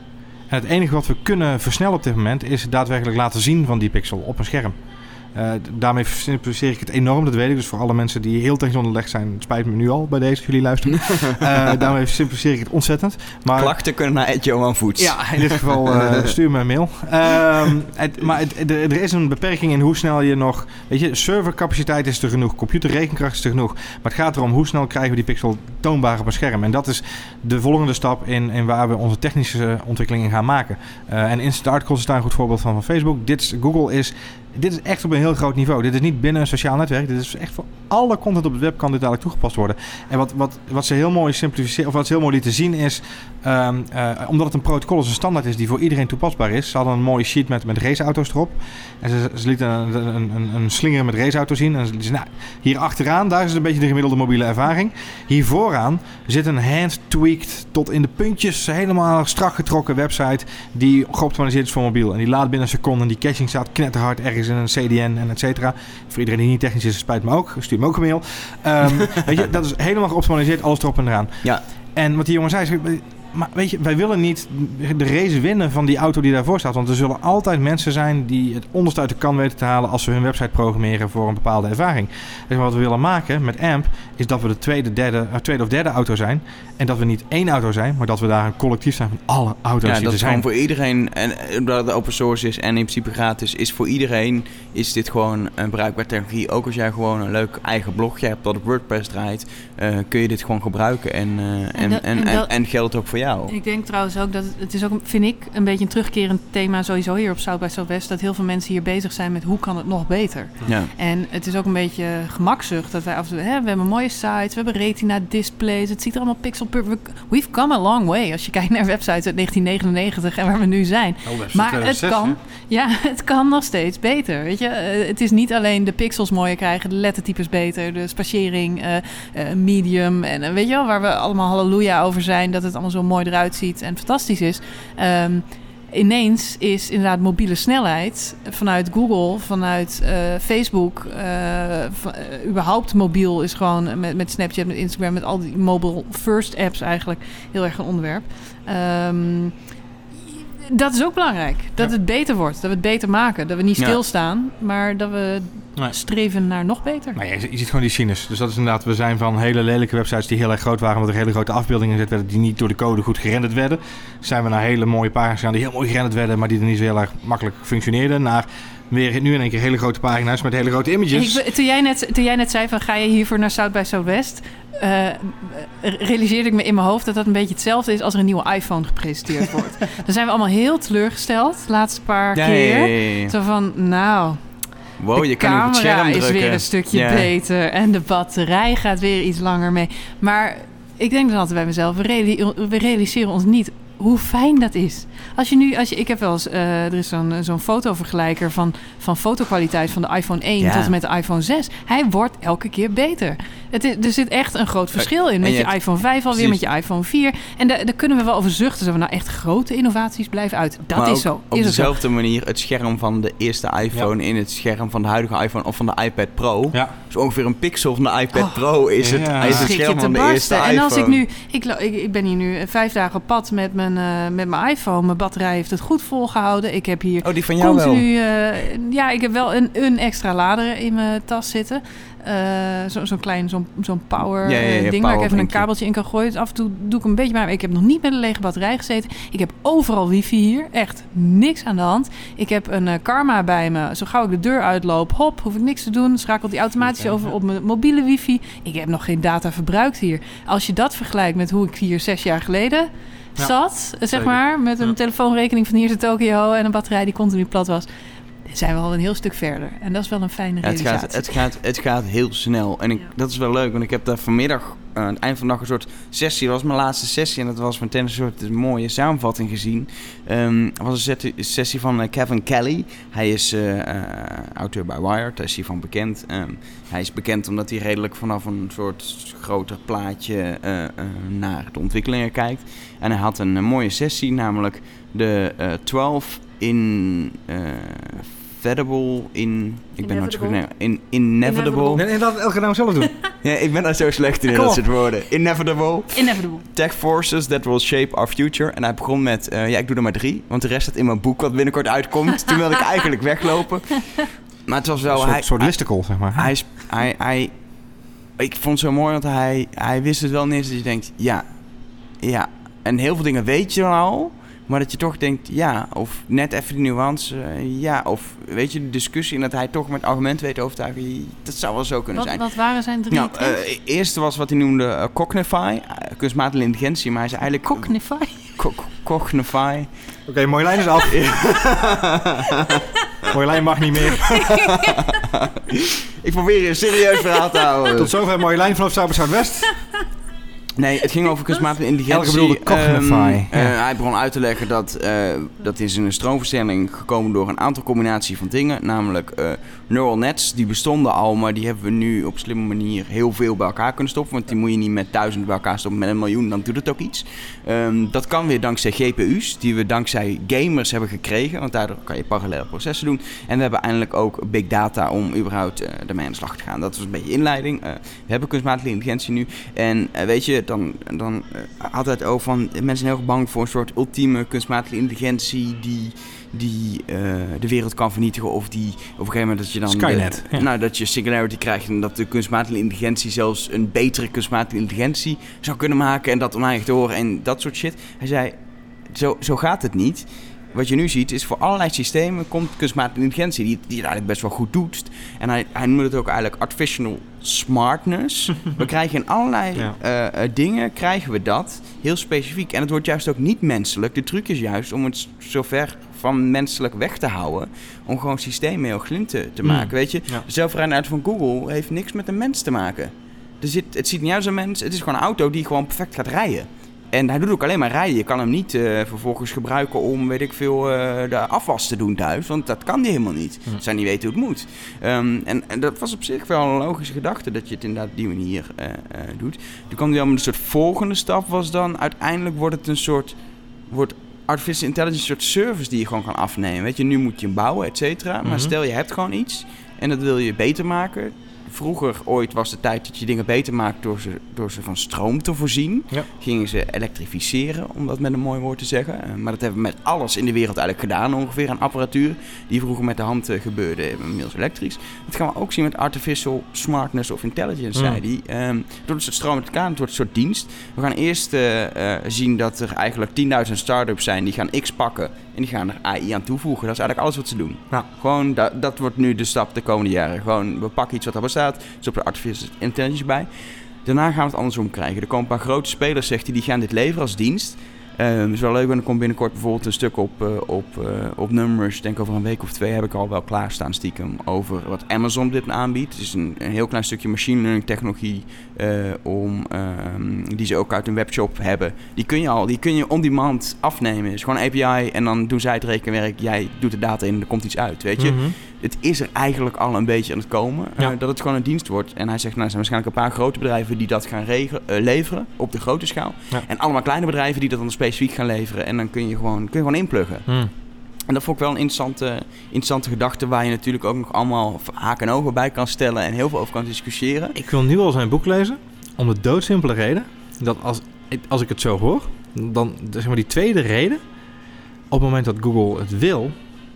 En het enige wat we kunnen versnellen op dit moment is daadwerkelijk laten zien van die pixel op een scherm. Uh, daarmee simplificeer ik het enorm, dat weet ik. Dus voor alle mensen die heel technisch onderlegd zijn, het spijt me nu al bij deze, als jullie luisteren. uh, daarmee simplificeer ik het ontzettend. Maar, klachten kunnen naar Johan Voets. Ja, in dit geval uh, stuur me een mail. Um, het, maar het, er, er is een beperking in hoe snel je nog... Weet je, servercapaciteit is er genoeg, computerrekenkracht is er genoeg. Maar het gaat erom hoe snel krijgen we die pixel toonbaar op een scherm. En dat is de volgende stap in, in waar we onze technische ontwikkeling in gaan maken. Uh, en Instant Articles is daar een goed voorbeeld van van Facebook. Dit is, Google is... Dit is echt op een heel groot niveau. Dit is niet binnen een sociaal netwerk. Dit is echt voor alle content op het web kan dit dadelijk toegepast worden. En wat, wat, wat ze heel mooi simplificeren, of wat ze heel mooi lieten zien is, um, uh, omdat het een protocol is, een standaard is die voor iedereen toepasbaar is. Ze hadden een mooie sheet met, met raceauto's erop. En ze, ze lieten een, een, een, een slinger met raceauto's zien. En ze zeiden, nou, hier achteraan, daar is een beetje de gemiddelde mobiele ervaring. Hier vooraan zit een hand-tweaked, tot in de puntjes, helemaal strak getrokken website die geoptimaliseerd is voor mobiel. En die laat binnen een seconde en die caching staat knetterhard ergens in een C D N en et cetera. Voor iedereen die niet technisch is, spijt me ook. Stuur me ook een mail. Um, weet je, dat is helemaal geoptimaliseerd, alles erop en eraan. Ja. En wat die jongen zei, is, maar weet je, wij willen niet de race winnen van die auto die daarvoor staat. Want er zullen altijd mensen zijn die het onderste uit de kan weten te halen als ze hun website programmeren voor een bepaalde ervaring. Dus wat we willen maken met A M P is dat we de tweede, derde, uh, tweede of derde auto zijn. En dat we niet één auto zijn, maar dat we daar een collectief zijn van alle auto's Ja, die dat er is zijn. gewoon voor iedereen, en omdat het open source is en in principe gratis, is voor iedereen is dit gewoon een bruikbare technologie. Ook als jij gewoon een leuk eigen blogje hebt dat op WordPress draait, uh, kun je dit gewoon gebruiken en, uh, en, en, dat- en, en en, dat- en geldt ook voor jou. Ik denk trouwens ook dat het, het is ook, vind ik, een beetje een terugkerend thema sowieso hier op South by Southwest. Dat heel veel mensen hier bezig zijn met hoe kan het nog beter. Ja. En het is ook een beetje gemakzucht dat wij af en toe, hè, we hebben mooie sites, we hebben retina displays, het ziet er allemaal pixel per. We've come a long way als je kijkt naar websites uit negentien negenennegentig en waar we nu zijn. Oh, Maar het kan, ja, het kan nog steeds beter. Weet je, Uh, het is niet alleen de pixels mooier krijgen, de lettertypes beter, de spatiëring, uh, uh, medium en uh, weet je wel, waar we allemaal halleluja over zijn, dat het allemaal zo mooi eruit ziet en fantastisch is. Um, Ineens is inderdaad mobiele snelheid vanuit Google, vanuit uh, Facebook, uh, van, uh, überhaupt mobiel is gewoon met, met Snapchat, met Instagram, met al die mobile first apps eigenlijk heel erg een onderwerp. Um, Dat is ook belangrijk. Dat Ja. het beter wordt. Dat we het beter maken. Dat we niet Ja. stilstaan, maar dat we Nee. streven naar nog beter. Nou ja, je, je ziet gewoon die cynes. Dus dat is inderdaad, we zijn van hele lelijke websites die heel erg groot waren, omdat er hele grote afbeeldingen gezet werden die niet door de code goed gerenderd werden. Zijn we naar hele mooie pagina's gegaan die heel mooi gerenderd werden, maar die er niet zo heel erg makkelijk functioneerden. Naar weer nu in één keer hele grote pagina's met hele grote images. Ik, toen, jij net, toen jij net zei van ga je hiervoor naar South by Southwest, uh, realiseerde ik me in mijn hoofd dat dat een beetje hetzelfde is als er een nieuwe iPhone gepresenteerd wordt. Dan zijn we allemaal heel teleurgesteld, de laatste paar Ja, keer. ja, ja, ja. Zo van, nou, Wow, de je kan op het camera scherm is drukken. weer een stukje Ja. beter en de batterij gaat weer iets langer mee. Maar ik denk dan altijd bij mezelf, we, reali- we realiseren ons niet hoe fijn dat is. Als je nu, als je, ik heb wel eens, uh, er is zo'n, zo'n fotovergelijker van, van fotokwaliteit van de iPhone één Ja. tot en met de iPhone zes. Hij wordt elke keer beter. Het is, er zit echt een groot verschil in. En Met je je hebt- iPhone vijf alweer, precies. met je iPhone vier. En daar, daar kunnen we wel over zuchten. Zo van, nou echt grote innovaties blijven uit. Dat Maar is ook zo. Op Is het zo. dezelfde manier het scherm van de eerste iPhone in het scherm van de huidige iPhone of van de iPad Pro. Ja. Dus ongeveer een pixel van de iPad Oh. Pro is het, Ja. is het Schrik je scherm te van de barsten. eerste iPhone. En als ik nu, ik, lo- ik, ik ben hier nu vijf dagen op pad met mijn, uh, met mijn iPhone. Mijn batterij heeft het goed volgehouden. Ik heb hier Oh, die van jou wel. continu, uh, ja, ik heb wel een, een extra lader in mijn tas zitten. Uh, zo, zo'n klein, zo'n, zo'n power Ja, ja, ja, uh, ding power waar ik even een vinkje. kabeltje in kan gooien. Dus af en toe doe ik een beetje, maar ik heb nog niet met een lege batterij gezeten. Ik heb overal wifi hier, echt niks aan de hand. Ik heb een uh, Karma bij me. Zo gauw ik de deur uitloop, hop, hoef ik niks te doen. Schakelt die automatisch Oké, over ja. op mijn mobiele wifi. Ik heb nog geen data verbruikt hier. Als je dat vergelijkt met hoe ik hier zes jaar geleden Ja, zat, zeg zeker. maar, met een Ja. telefoonrekening van hier te Tokio en een batterij die continu plat was, zijn we al een heel stuk verder. En dat is wel een fijne Ja, het, realisatie. gaat, het, gaat, het gaat heel snel. En ik, Ja. dat is wel leuk, want ik heb daar vanmiddag uh, aan het eind van de dag een soort sessie. Dat was mijn laatste sessie en dat was meteen een soort mooie samenvatting gezien. Um, het was een set- sessie van uh, Kevin Kelly. Hij is uh, uh, auteur bij Wired, daar is hij van bekend. Um, hij is bekend omdat hij redelijk vanaf een soort groter plaatje uh, uh, naar de ontwikkelingen kijkt. En hij had een, een mooie sessie, namelijk de uh, twaalf in... Uh, Inevitable in... Ik ben nooit zo goed... Nee, in, inevitable. Nee, nee, dat elke nou zelf doen. Ja, ik ben daar zo slecht in, in Kom dat op. soort woorden. Inevitable. Inevitable. Tech forces that will shape our future. En hij begon met... Uh, ja, ik doe er maar drie. Want de rest staat in mijn boek wat binnenkort uitkomt. Toen wilde ik eigenlijk weglopen. Maar het was wel... Een soort, hij, soort hij, listicle, zeg maar. hij, is- hij, hij... Ik vond het zo mooi, want hij, hij wist het wel ineens dat je denkt... Ja, ja. En heel veel dingen weet je al... Maar dat je toch denkt, ja, of net even die nuance, uh, ja, of weet je, de discussie en dat hij toch met argument weet te overtuigen, dat zou wel zo kunnen Wat, zijn. wat waren zijn drie Nou, trends? uh, eerste was wat hij noemde uh, Cognify, uh, kunstmatige intelligentie, maar hij is eigenlijk... Cognify? Co- Cognify. Oké, okay, mooie lijn is af. Mooie lijn mag niet meer. Ik probeer hier een serieus verhaal te houden. Tot zover mooie lijn vanaf Zuid- Zuidwest. Nee, het ging over kunstmatige intelligentie. Elke bedoelde Cognify. Um, uh, Ja. Hij begon uit te leggen dat uh, dat is een stroomversnelling gekomen door een aantal combinatie van dingen. Namelijk uh, neural nets, die bestonden al, maar die hebben we nu op slimme manier heel veel bij elkaar kunnen stoppen. Want die moet je niet met duizend bij elkaar stoppen, met een miljoen, dan doet het ook iets. Um, dat kan weer dankzij G P U's, die we dankzij gamers hebben gekregen. Want daardoor kan je parallele processen doen. En we hebben eindelijk ook big data om überhaupt uh, ermee aan de slag te gaan. Dat was een beetje inleiding. Uh, we hebben kunstmatige intelligentie nu. En uh, weet je, dan, dan uh, had het over van mensen zijn heel erg bang voor een soort ultieme kunstmatige intelligentie die, die uh, de wereld kan vernietigen. Of die op een gegeven moment dat je dan Skynet, de, ja. nou, dat je singularity krijgt en dat de kunstmatige intelligentie zelfs een betere kunstmatige intelligentie zou kunnen maken en dat oneindig door en dat soort shit. Hij zei, zo, zo gaat het niet. Wat je nu ziet is voor allerlei systemen komt kunstmatige intelligentie die, die het eigenlijk best wel goed doet. En hij, hij noemde het ook eigenlijk artificial smartness. We krijgen in allerlei Ja. uh, uh, dingen krijgen we dat heel specifiek. En het wordt juist ook niet menselijk. De truc is juist om het zo ver van menselijk weg te houden. Om gewoon systemen heel slim te, te maken. Mm. Weet je, Ja. de zelfrijdende auto van Google heeft niks met een mens te maken. Er zit, het ziet niet uit als een mens. Het is gewoon een auto die gewoon perfect gaat rijden. En hij doet ook alleen maar rijden. Je kan hem niet uh, vervolgens gebruiken om, weet ik veel, uh, de afwas te doen thuis. Want dat kan die helemaal niet. Ze zou niet weten hoe het moet. Um, en, en dat was op zich wel een logische gedachte, dat je het inderdaad op die manier uh, uh, doet. Toen kwam hij al met een soort volgende stap was dan, uiteindelijk wordt het een soort, wordt artificial intelligence een soort service die je gewoon kan afnemen. Weet je, nu moet je hem bouwen, et cetera. Maar Mm-hmm. stel je hebt gewoon iets en dat wil je beter maken. vroeger ooit was de tijd dat je dingen beter maakt door ze, door ze van stroom te voorzien. Ja. Gingen ze elektrificeren, om dat met een mooi woord te zeggen. Uh, maar dat hebben we met alles in de wereld eigenlijk gedaan ongeveer aan apparatuur die vroeger met de hand uh, gebeurde, inmiddels elektrisch. Dat gaan we ook zien met artificial smartness of intelligence, mm. zei hij. Um, door het soort stroom met elkaar, het wordt een soort dienst. We gaan eerst uh, uh, zien dat er eigenlijk tienduizend start-ups zijn die gaan X pakken en die gaan er A I aan toevoegen. Dat is eigenlijk alles wat ze doen. Ja. Gewoon, dat, dat wordt nu de stap de komende jaren. Gewoon, we pakken iets wat er bestaat, dus op de artificial intelligence bij. Daarna gaan we het andersom krijgen. Er komen een paar grote spelers, zegt hij, die gaan dit leveren als dienst. Uh, dat is wel leuk, en er komt binnenkort bijvoorbeeld een stuk op, uh, op, uh, op Numbers. Ik denk over een week of twee heb ik al wel klaarstaan stiekem over wat Amazon dit aanbiedt. Het is een, een heel klein stukje machine learning technologie uh, om, uh, die ze ook uit een webshop hebben. Die kun je al, die kun je on demand afnemen. Het is gewoon een A P I en dan doen zij het rekenwerk. Jij doet de data in en er komt iets uit, weet je. Mm-hmm. Het is er eigenlijk al een beetje aan het komen. Ja. Uh, dat het gewoon een dienst wordt. En hij zegt, nou, er zijn waarschijnlijk een paar grote bedrijven die dat gaan regelen, uh, leveren op de grote schaal. Ja. En allemaal kleine bedrijven die dat dan specifiek gaan leveren. En dan kun je gewoon, kun je gewoon inpluggen. Hmm. En dat vond ik wel een interessante, interessante gedachte waar je natuurlijk ook nog allemaal haken en ogen bij kan stellen en heel veel over kan discussiëren. Ik wil nu al zijn boek lezen om de doodsimpele reden dat als, als ik het zo hoor, dan zeg maar die tweede reden, op het moment dat Google het wil,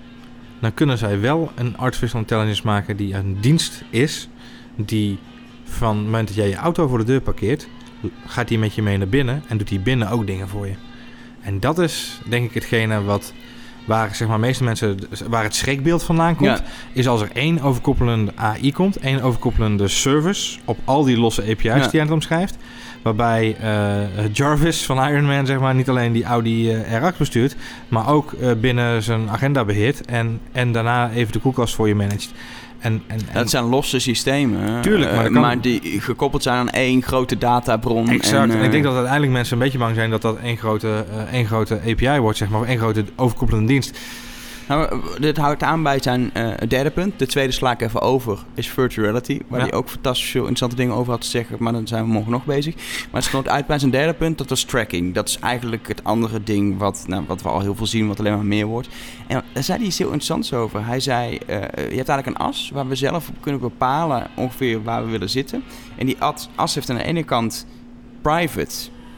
dan kunnen zij wel een artificial intelligence maken die een dienst is, die van het moment dat jij je auto voor de deur parkeert, gaat die met je mee naar binnen en doet die binnen ook dingen voor je. En dat is denk ik hetgene wat, waar zeg maar meeste mensen, waar het schrikbeeld vandaan komt, ja. is als er één overkoppelende A I komt, één overkoppelende service op al die losse A P I's ja. die hij het omschrijft, waarbij uh, Jarvis van Iron Man zeg maar niet alleen die Audi uh, R acht bestuurt, maar ook uh, binnen zijn agenda beheert en, en daarna even de koelkast voor je managt. En, en, en dat zijn losse systemen. Tuurlijk, maar, uh, kan... maar die gekoppeld zijn aan één grote databron. Exact. En, uh... en ik denk dat uiteindelijk mensen een beetje bang zijn dat dat één grote, uh, één grote A P I wordt, zeg maar, of één grote overkoppelende dienst. Nou, dit houdt aan bij zijn uh, derde punt. De tweede sla ik even over, is virtual reality. Waar ja. hij ook fantastisch veel interessante dingen over had te zeggen. Maar dan zijn we morgen nog bezig. Maar het stond uit bij zijn derde punt, dat was tracking. Dat is eigenlijk het andere ding wat, nou, wat we al heel veel zien, wat alleen maar meer wordt. En daar zei hij iets heel interessants over. Hij zei, uh, je hebt eigenlijk een as waar we zelf op kunnen bepalen ongeveer waar we willen zitten. En die as, as heeft aan de ene kant private,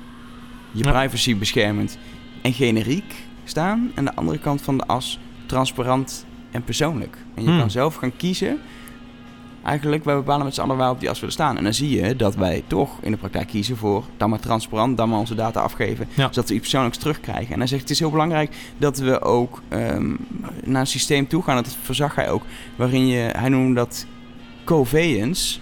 je ja. privacy beschermend en generiek staan. En aan de andere kant van de as transparant en persoonlijk. En je hmm. kan zelf gaan kiezen. Eigenlijk, wij bepalen met z'n allen waar we op die as willen staan. En dan zie je dat wij toch in de praktijk kiezen voor dan maar transparant, dan maar onze data afgeven. Ja. Zodat we iets persoonlijks terugkrijgen. En hij zegt, het is heel belangrijk dat we ook um, naar een systeem toe gaan. Dat verzag hij ook. Waarin je, hij noemde dat covariance,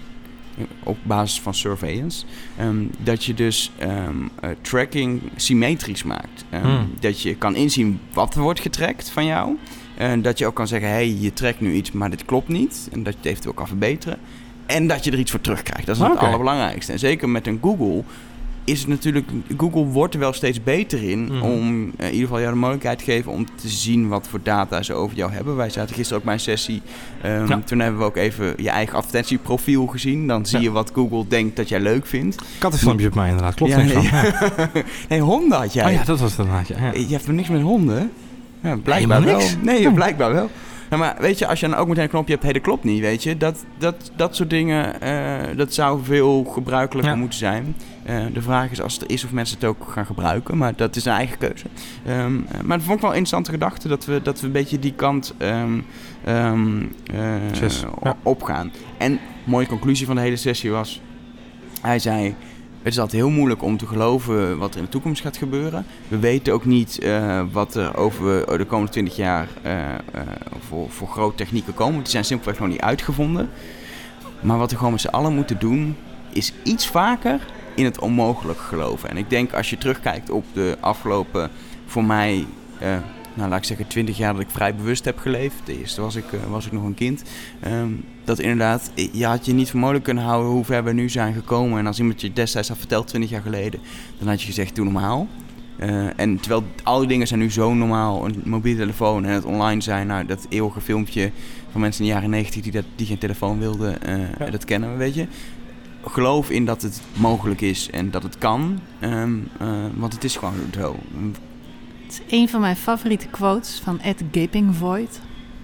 op basis van surveillance, um, dat je dus um, uh, tracking symmetrisch maakt. Um, hmm. Dat je kan inzien wat er wordt getrackt van jou. En dat je ook kan zeggen, hé, hey, je trekt nu iets, maar dit klopt niet. En dat je het eventueel kan verbeteren. En dat je er iets voor terugkrijgt. Dat is okay. het allerbelangrijkste. En zeker met een Google is het natuurlijk, Google wordt er wel steeds beter in mm. om uh, in ieder geval jou de mogelijkheid te geven om te zien wat voor data ze over jou hebben. Wij zaten gisteren ook bij een sessie. Um, ja. Toen hebben we ook even je eigen advertentieprofiel gezien. Dan zie ja. je wat Google denkt dat jij leuk vindt. Kattenfilmpje op mij inderdaad, klopt ja, niks nee, van. Ja. nee, honden had jij. Oh ja, dat was het inderdaad. Ja. Je hebt er niks met honden? Ja, blijkbaar nee, wel. Niks. Nee, blijkbaar wel. Ja, maar weet je, als je dan ook meteen een knopje hebt, hé, hey, dat klopt niet, weet je. Dat, dat, dat soort dingen, uh, dat zou veel gebruikelijker ja. moeten zijn. Uh, de vraag is als het er is of mensen het ook gaan gebruiken. Maar dat is een eigen keuze. Um, uh, maar dat vond ik wel een interessante gedachte, dat we, dat we een beetje die kant um, um, uh, Zes, ja. opgaan. En een mooie conclusie van de hele sessie was, hij zei, het is altijd heel moeilijk om te geloven wat er in de toekomst gaat gebeuren. We weten ook niet uh, wat er over de komende twintig jaar uh, uh, voor, voor grote technieken komen. Die zijn simpelweg nog niet uitgevonden. Maar wat we gewoon met z'n allen moeten doen, is iets vaker in het onmogelijk geloven. En ik denk als je terugkijkt op de afgelopen, voor mij, uh, nou laat ik zeggen twintig jaar dat ik vrij bewust heb geleefd. De eerste was ik, uh, was ik nog een kind. Um, dat inderdaad, je had je niet voor mogelijk kunnen houden hoe ver we nu zijn gekomen. En als iemand je destijds had verteld, twintig jaar geleden, dan had je gezegd, doe normaal. Uh, en terwijl al die dingen zijn nu zo normaal, een mobiele telefoon en het online zijn, nou dat eeuwige filmpje van mensen in de jaren negentig die, dat, die geen telefoon wilden, uh, ja. dat kennen we, weet je. Geloof in dat het mogelijk is en dat het kan, um, uh, want het is gewoon zo. Het is een van mijn favoriete quotes van Ed Gaping Void.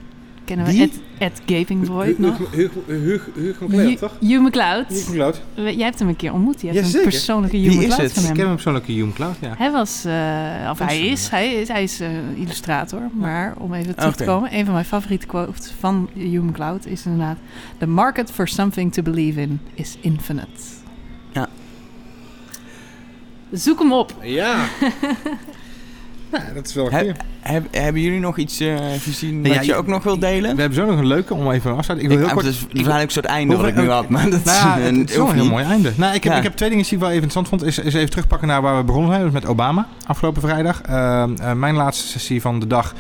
kennen we. Wie? Ed, Ed Gaping Void nog. Hugo McLeod, toch? Hugh McLeod. Hugh McLeod. Jij hebt hem een keer ontmoet. Je hebt Ja, een zeker. persoonlijke Wie Hugh is McLeod het? van Ik hem. ken hem persoonlijke Hugh McLeod, ja. Hij was, uh, of hij is, hij is, hij is uh, illustrator. Maar om even terug te Okay. komen. Een van mijn favoriete quotes van Hugh McLeod is inderdaad... The market for something to believe in is infinite. Ja. Zoek hem op. Ja. Nou, dat is wel een goeie. Heb, hebben jullie nog iets uh, gezien Nee, wat ja, je ook nog wilt delen? We hebben zo nog een leuke om even af te sluiten. Ik wil Ik, heel het kort... is waarschijnlijk een soort einde wat ik Hoeveel- nu had, maar dat Nou ja, is, het, het is wel hoeft een heel niet. mooi einde. Nou, ik, heb, Ja. ik heb twee dingen die ik wel even interessant vond. Is, is even terugpakken naar waar we begonnen zijn. Dus met Obama, afgelopen vrijdag. Uh, uh, mijn laatste sessie van de dag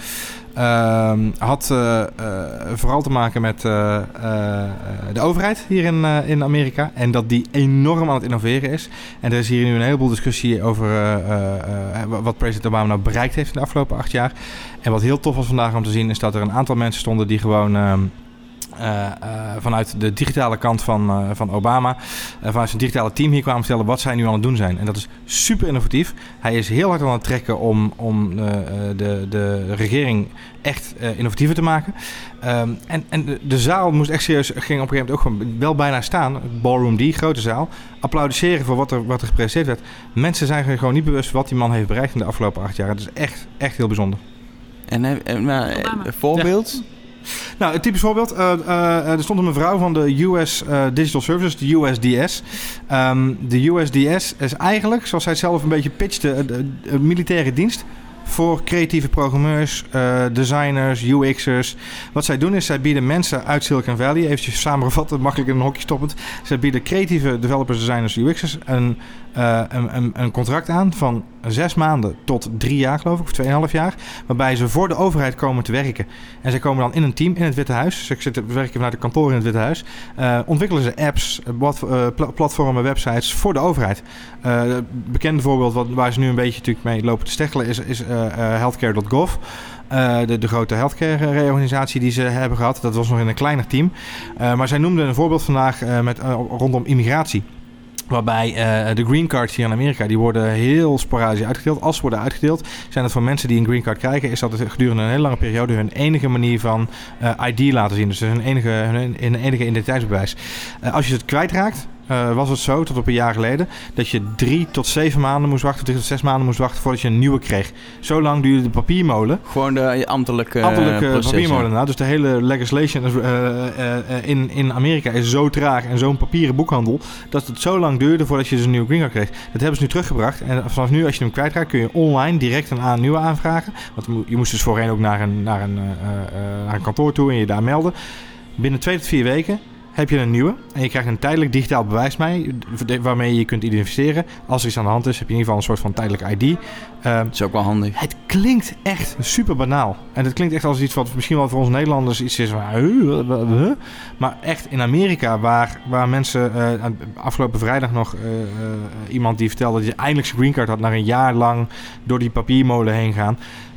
uh, had uh, uh, vooral te maken met uh, uh, de overheid hier in, uh, in Amerika. En dat die enorm aan het innoveren is. En er is hier nu een heleboel discussie over uh, uh, uh, wat president Obama nou bereikt heeft in de afgelopen acht jaar. En wat heel tof was vandaag om te zien is dat er een aantal mensen stonden die gewoon... Uh, Uh, uh, vanuit de digitale kant van, uh, van Obama, uh, vanuit zijn digitale team hier kwamen vertellen wat zij nu aan het doen zijn. En dat is super innovatief. Hij is heel hard aan het trekken om, om uh, de, de regering echt uh, innovatiever te maken. Um, en en de, de zaal moest echt serieus, ging op een gegeven moment ook gewoon wel bijna staan. Ballroom D, grote zaal. Applaudisseren voor wat er, wat er gepresenteerd werd. Mensen zijn zich gewoon niet bewust wat die man heeft bereikt in de afgelopen acht jaar. Het is echt, echt heel bijzonder. En uh, maar, een voorbeeld? Ja. Nou, een typisch voorbeeld. Uh, uh, er stond een mevrouw van de U S uh, Digital Services, de U S D S. Um, de U S D S is eigenlijk, zoals zij het zelf een beetje pitchte, een militaire dienst voor creatieve programmeurs, uh, designers, U X'ers. Wat zij doen is, zij bieden mensen uit Silicon Valley, eventjes samengevat, makkelijk in een hokje stoppend. Zij bieden creatieve developers, designers, U X'ers een, uh, een, een, een contract aan van zes maanden tot drie jaar, geloof ik, of tweeënhalf jaar, waarbij ze voor de overheid komen te werken. En zij komen dan in een team in het Witte Huis. Ze zitten, werken vanuit de kantoor in het Witte Huis. Uh, ontwikkelen ze apps, wat, uh, platformen, websites voor de overheid. Uh, bekende voorbeeld wat, waar ze nu een beetje natuurlijk mee lopen te steggelen is, is uh, uh, healthcare dot gov. Uh, de, de grote healthcare reorganisatie die ze hebben gehad. Dat was nog in een kleiner team. Uh, maar zij noemden een voorbeeld vandaag uh, met, uh, rondom immigratie. Waarbij uh, de green cards hier in Amerika, die worden heel sporadisch uitgedeeld. Als ze worden uitgedeeld, zijn het voor mensen die een green card krijgen, is dat het gedurende een hele lange periode hun enige manier van uh, I D laten zien. Dus hun enige, hun enige identiteitsbewijs. Uh, als je het kwijtraakt, Uh, was het zo, tot op een jaar geleden, dat je drie tot zeven maanden moest wachten, drie tot zes maanden moest wachten voordat je een nieuwe kreeg. Zo lang duurde de papiermolen. Gewoon de ambtelijke, ambtelijke processen. papiermolen. Nou, dus de hele legislation uh, uh, uh, in, in Amerika is zo traag en zo'n papieren boekhandel, dat het zo lang duurde voordat je dus een nieuwe green card kreeg. Dat hebben ze nu teruggebracht. En vanaf nu, als je hem kwijtraakt, kun je online direct een aan, nieuwe aanvragen. Want je moest dus voorheen ook naar een, naar een, uh, uh, naar een kantoor toe en je daar melden. Binnen twee tot vier weken heb je een nieuwe en je krijgt een tijdelijk digitaal bewijs mee, waarmee je je kunt identificeren. Als er iets aan de hand is, heb je in ieder geval een soort van tijdelijke I D. Uh, dat is ook wel handig. Het klinkt echt super banaal. En het klinkt echt als iets wat misschien wel voor ons Nederlanders iets is van... Uh, uh, uh. Maar echt in Amerika, waar, waar mensen... Uh, afgelopen vrijdag nog uh, uh, iemand die vertelde dat hij eindelijk zijn green card had, naar een jaar lang door die papiermolen heen gaan.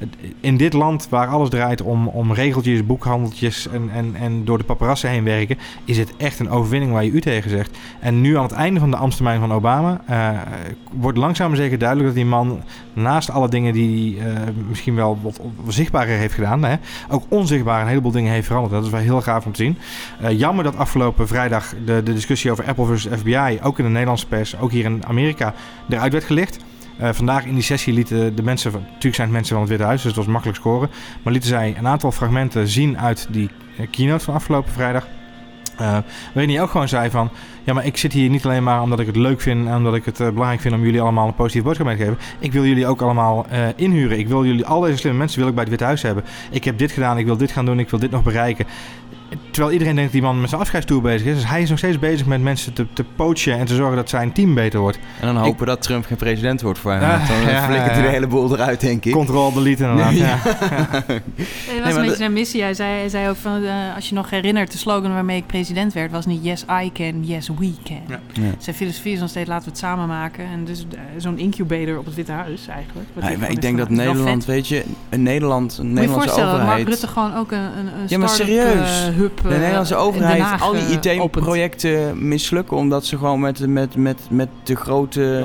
In dit land waar alles draait om, om regeltjes, boekhandeltjes en, en, en door de paparazzen heen werken, is het echt een overwinning waar je u tegen zegt. En nu aan het einde van de ambtstermijn van Obama uh, wordt langzaam maar zeker duidelijk dat die man naast alle dingen die hij uh, misschien wel wat zichtbaarder heeft gedaan, hè, ook onzichtbaar een heleboel dingen heeft veranderd. Dat is wel heel gaaf om te zien. Uh, jammer dat afgelopen vrijdag de, de discussie over Apple versus F B I, ook in de Nederlandse pers, ook hier in Amerika, eruit werd gelicht. Uh, vandaag in die sessie lieten de mensen, natuurlijk zijn het mensen van het Witte Huis, dus het was makkelijk scoren, maar lieten zij een aantal fragmenten zien uit die uh, keynote van afgelopen vrijdag. Uh, waarin hij ook gewoon zei van, ja, maar ik zit hier niet alleen maar omdat ik het leuk vind en omdat ik het uh, belangrijk vind om jullie allemaal een positieve boodschap mee te geven. Ik wil jullie ook allemaal uh, inhuren. Ik wil jullie, al deze slimme mensen wil ik bij het Witte Huis hebben. Ik heb dit gedaan, ik wil dit gaan doen, ik wil dit nog bereiken. Terwijl iedereen denkt dat die man met zijn afscheidstoer bezig is. Dus hij is nog steeds bezig met mensen te, te poachen en te zorgen dat zijn team beter wordt. En dan hopen ik, dat Trump geen president wordt voor hem. Uh, dan ja, flikkert hij ja. de hele boel eruit, denk ik. Control delete inderdaad. Ja. Ja. Het was Nee, een beetje de... zijn missie. Hij zei, hij zei ook van, uh, als je nog herinnert, de slogan waarmee ik president werd, was niet yes I can, yes we can. Ja. Ja. Zijn filosofie is nog steeds, laten we het samen maken. En dus uh, zo'n incubator op het Witte Huis eigenlijk. Ja, maar ik denk dat Nederland, weet je, een Nederland, een Moet je Nederlandse voorstellen dat overheid... Mark Rutte gewoon ook een, een, een Ja, maar start-up serieus. uh, hub uh, de Nederlandse overheid, Haag, al die uh, I T-projecten mislukken omdat ze gewoon met, met, met, met de grote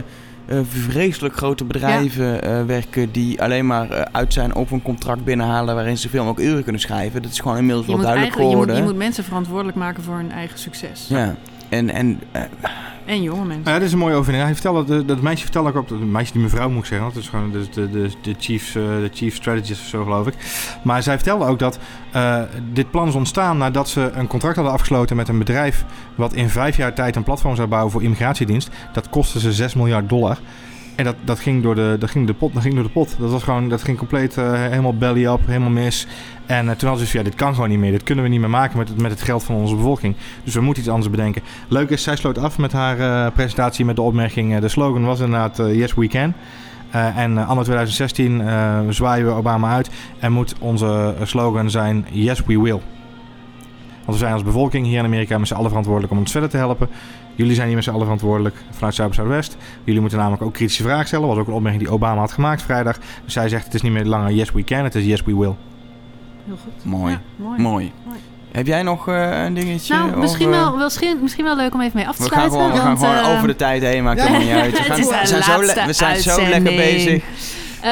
uh, vreselijk grote bedrijven ja. uh, werken die alleen maar uh, uit zijn op een contract binnenhalen waarin ze veel ook uren kunnen schrijven. Dat is gewoon inmiddels wel duidelijk geworden. Je moet, je moet mensen verantwoordelijk maken voor hun eigen succes. Ja, en... en uh, En jonge mensen. Ja, dat is een mooie overwinning. Hij vertelde, dat meisje vertelde ook op, de meisje die mevrouw moet ik zeggen, dat is gewoon de, de, de, de, chief, uh, de chief strategist of zo geloof ik. Maar zij vertelde ook dat uh, dit plan is ontstaan nadat ze een contract hadden afgesloten met een bedrijf wat in vijf jaar tijd een platform zou bouwen voor immigratiedienst. Dat kostte ze zes miljard dollar. En dat, dat, ging door de, dat, ging de pot, dat ging door de pot. Dat was gewoon, dat ging compleet uh, helemaal belly up, helemaal mis. En uh, toen hadden ze ja, dit kan gewoon niet meer. Dit kunnen we niet meer maken met het, met het geld van onze bevolking. Dus we moeten iets anders bedenken. Leuk is, zij sloot af met haar uh, presentatie met de opmerking. Uh, de slogan was inderdaad uh, Yes We Can. Uh, en uh, anno twintig zestien uh, zwaaien we Obama uit. En moet onze slogan zijn Yes We Will. Want we zijn als bevolking hier in Amerika met z'n allen verantwoordelijk om ons verder te helpen. Jullie zijn hier met z'n allen verantwoordelijk vanuit Zuid- Zuidwest. Jullie moeten namelijk ook kritische vragen stellen. Dat was ook een opmerking die Obama had gemaakt vrijdag. Dus zij zegt het is niet meer langer Yes We Can, het is Yes We Will. Heel goed. Mooi. Ja, mooi. mooi. mooi. Heb jij nog uh, een dingetje? Nou, misschien, of, uh... wel, misschien, misschien wel leuk om even mee af te we sluiten. Gaan gewoon, we want, gaan gewoon uh, over de tijd heen, maakt helemaal niet uit. We, gaan, we zijn, zo, le- we zijn zo lekker bezig. Uh,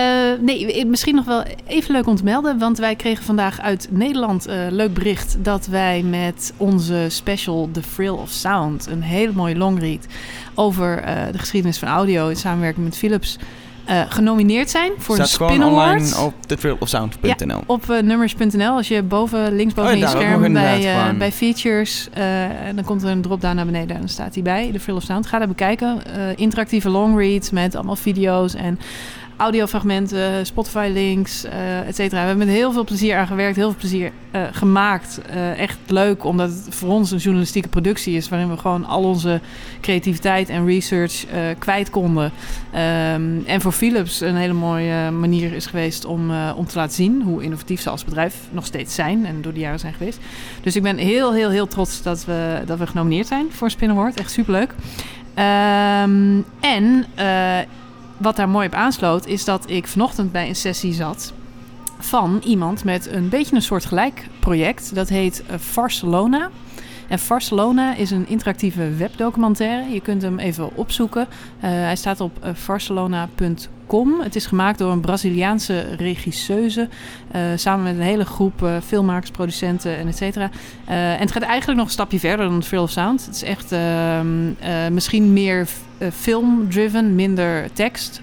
nee, misschien nog wel even leuk om te melden. Want wij kregen vandaag uit Nederland uh, leuk bericht dat wij met onze special The Thrill of Sound, een hele mooie longread over uh, de geschiedenis van audio in samenwerking met Philips, Uh, genomineerd zijn voor Staat een Spin gewoon Award. online op the thrill of sound punt n l. Ja, op uh, nummers punt n l. Als je boven, linksboven oh, ja, in je scherm bij, uh, gewoon... bij features, uh, en dan komt er een drop-down naar beneden en dan staat hij bij, The Thrill of Sound. Ga dat bekijken. Uh, interactieve longreads met allemaal video's en audiofragmenten, Spotify-links, uh, et cetera. We hebben met heel veel plezier aan gewerkt, heel veel plezier uh, gemaakt. Uh, echt leuk, omdat het voor ons een journalistieke productie is, waarin we gewoon al onze creativiteit en research uh, kwijt konden. Um, en voor Philips een hele mooie manier is geweest om, uh, om te laten zien hoe innovatief ze als bedrijf nog steeds zijn en door de jaren zijn geweest. Dus ik ben heel, heel, heel trots dat we, dat we genomineerd zijn voor Spin Award. Echt superleuk. Um, en... Uh, Wat daar mooi op aansloot, is dat ik vanochtend bij een sessie zat van iemand met een beetje een soortgelijk project. Dat heet uh, Barcelona. En Barcelona is een interactieve webdocumentaire. Je kunt hem even opzoeken. Uh, hij staat op uh, barcelona punt com. Het is gemaakt door een Braziliaanse regisseuse. Uh, samen met een hele groep uh, filmmakers, producenten en et cetera. Uh, en het gaat eigenlijk nog een stapje verder dan Thrill of Sound. Het is echt uh, uh, misschien meer uh, film-driven, minder tekst.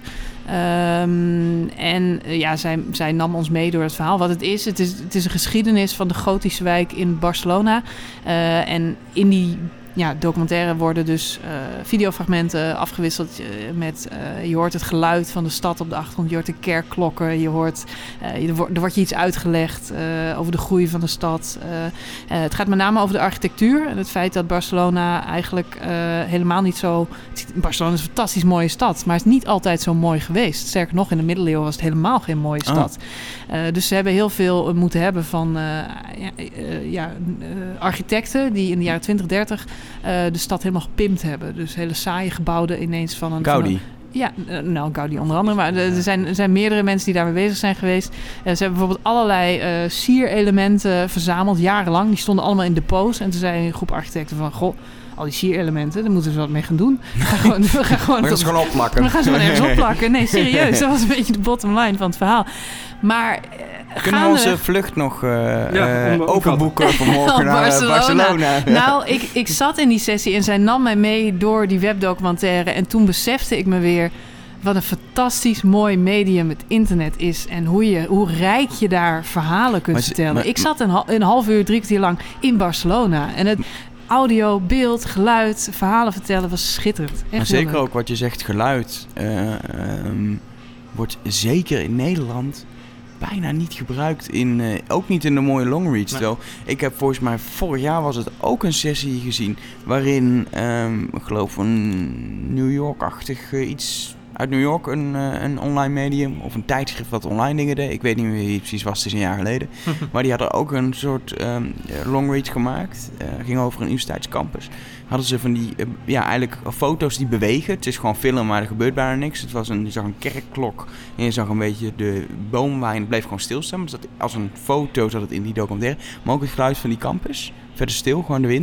Um, en uh, ja, zij, zij nam ons mee door het verhaal. Wat het is, het is, het is een geschiedenis van de gotische wijk in Barcelona. Uh, en in die ja, documentaire worden dus uh, videofragmenten afgewisseld uh, met... Uh, je hoort het geluid van de stad op de achtergrond. Je hoort de kerkklokken. Je hoort, uh, er, wordt, er wordt je iets uitgelegd uh, over de groei van de stad. Uh, uh, het gaat met name over de architectuur. En het feit dat Barcelona eigenlijk uh, helemaal niet zo... Barcelona is een fantastisch mooie stad. Maar het is niet altijd zo mooi geweest. Sterker nog, in de middeleeuwen was het helemaal geen mooie stad. Oh. Uh, dus ze hebben heel veel moeten hebben van uh, ja, uh, ja, uh, architecten... die in de jaren twintig, dertig... Uh, de stad helemaal gepimpt hebben. Dus hele saaie gebouwen ineens van een... Gaudi. Van een, ja, uh, nou Gaudi onder andere. Maar er zijn, er zijn meerdere mensen die daarmee bezig zijn geweest. Uh, ze hebben bijvoorbeeld allerlei uh, sierelementen verzameld, jarenlang. Die stonden allemaal in depots. En toen zei een groep architecten van... Goh, al die sierelementen, daar moeten we wat mee gaan doen. We gaan gewoon, we gaan gewoon, we gaan ze gewoon opplakken. We gaan ze gewoon ergens opplakken. Nee, serieus. Dat was een beetje de bottom line van het verhaal. Maar... Kunnen we onze vlucht nog uh, ja, uh, overboeken vanmorgen naar Barcelona. Barcelona? Nou, ik, ik zat in die sessie en zij nam mij mee door die webdocumentaire. En toen besefte ik me weer wat een fantastisch mooi medium het internet is. En hoe, je, hoe rijk je daar verhalen kunt maar, vertellen. Maar, ik zat een, een half uur, drie kwartier lang in Barcelona. En het audio, beeld, geluid, verhalen vertellen was schitterend. Echt maar zeker ook wat je zegt, geluid. Uh, um, wordt zeker in Nederland... bijna niet gebruikt in, uh, ook niet in de mooie longreads. Nee. Zo. Ik heb volgens mij, vorig jaar was het ook een sessie gezien, waarin, um, ik geloof een New York-achtig uh, iets uit New York, een, uh, een online medium, of een tijdschrift wat online dingen deed. Ik weet niet meer wie het precies was, het is een jaar geleden. Maar die hadden ook een soort um, longread gemaakt, uh, ging over een universiteitscampus. Hadden ze van die, uh, ja, eigenlijk foto's die bewegen. Het is gewoon film, maar er gebeurt bijna niks. Het was een, je zag een kerkklok en je zag een beetje de boom waaien. Het bleef gewoon stilstaan. Dus dat, als een foto zat het in die documentaire. Maar ook het geluid van die campus. Verder stil, gewoon de wind.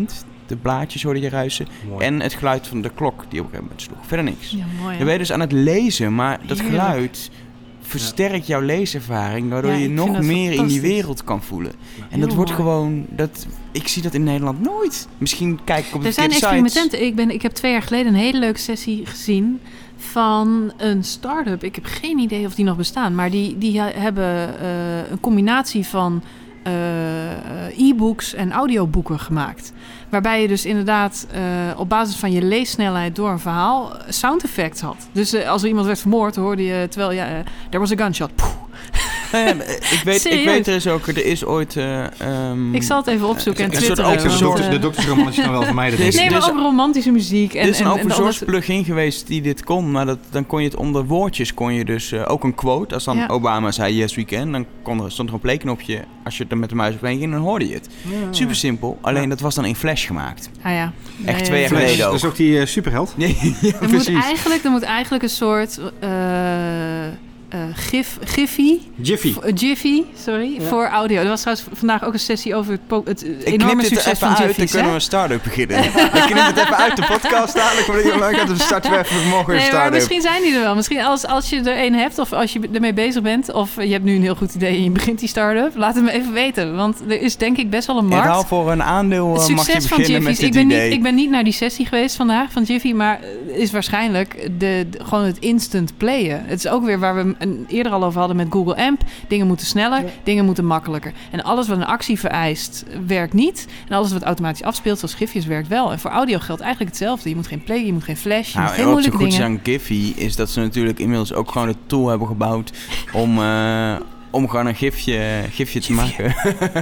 de blaadjes hoorde je ruisen. Mooi. En het geluid van de klok die op een gegeven moment sloeg. Verder niks. Ja, mooi. Dan ben je dus aan het lezen, maar dat Heerlijk. geluid versterkt jouw leeservaring, waardoor Ja, je ik vind nog dat meer in die fantastisch. wereld kan voelen. En Heel dat wordt mooi. gewoon, dat, ik zie dat in Nederland nooit. Misschien kijk ik op de Er zijn verkeerde sites. experimenten. Ik, ben, ik heb twee jaar geleden een hele leuke sessie gezien van een start-up. Ik heb geen idee of die nog bestaan, maar die, die ha- hebben uh, een combinatie van uh, e-books en audioboeken gemaakt. Waarbij je dus inderdaad uh, op basis van je leessnelheid door een verhaal sound effects had. Dus uh, als er iemand werd vermoord, hoorde je terwijl ja, uh, there was a gunshot. Poeh. Nee, ik, weet, ik weet er is ook, er is ooit... Uh, um, ik zal het even opzoeken en een soort twitteren. open want, source- uh, De doktersroman is dan wel vermijden. Dus- nee, maar dus- ook romantische muziek. En, Er is een en, open en source dat- plugin geweest die dit kon, maar dat, dan kon je het onder woordjes, kon je dus uh, ook een quote. Als dan Ja. Obama zei yes we can, dan kon er, stond er een playknopje. Als je er met de muis overheen ging, dan hoorde je het. Ja. Super simpel, alleen Ja. dat was dan in Flash gemaakt. Ah ja. Echt Nee, twee jaar Flash. geleden Dat is ook die uh, superheld. Ja, ja, Er moet, precies. eigenlijk, er moet eigenlijk een soort uh, uh, gif, Giphy, Jiffy. v- Jiffy, sorry, Ja. voor audio. Er was trouwens vandaag ook een sessie over het, po- het uh, Ik knip enorme dit er succes even van uit, dan Jiffy's. kunnen we hè? een start-up beginnen. Ik knip het even uit de podcast dadelijk, maar ik leuk dat we starten we even morgen een Nee, maar start-up. misschien zijn die er wel. Misschien als, als je er een hebt of als je ermee bezig bent... of je hebt nu een heel goed idee en je begint die start-up... laat het me even weten. Want er is denk ik best wel een Ik haal markt. voor een aandeel uh, Het mag je succes van beginnen met Jiffy's. Ik dit ben, idee. niet, ik ben niet naar die sessie geweest vandaag van Jiffy... maar het is waarschijnlijk de, de- gewoon het instant playen. Het is ook weer waar we een, eerder al over hadden met Google Amp. Dingen moeten sneller, Ja. dingen moeten makkelijker. En alles wat een actie vereist, werkt niet. En alles wat automatisch afspeelt, zoals gifjes, werkt wel. En voor audio geldt eigenlijk hetzelfde. Je moet geen play, je moet geen flash, je Nou, moet geen en wat zo moeilijke goed is dingen. aan Giphy is dat ze natuurlijk inmiddels ook gewoon een tool hebben gebouwd om, uh, om gewoon een gifje, gifje te maken.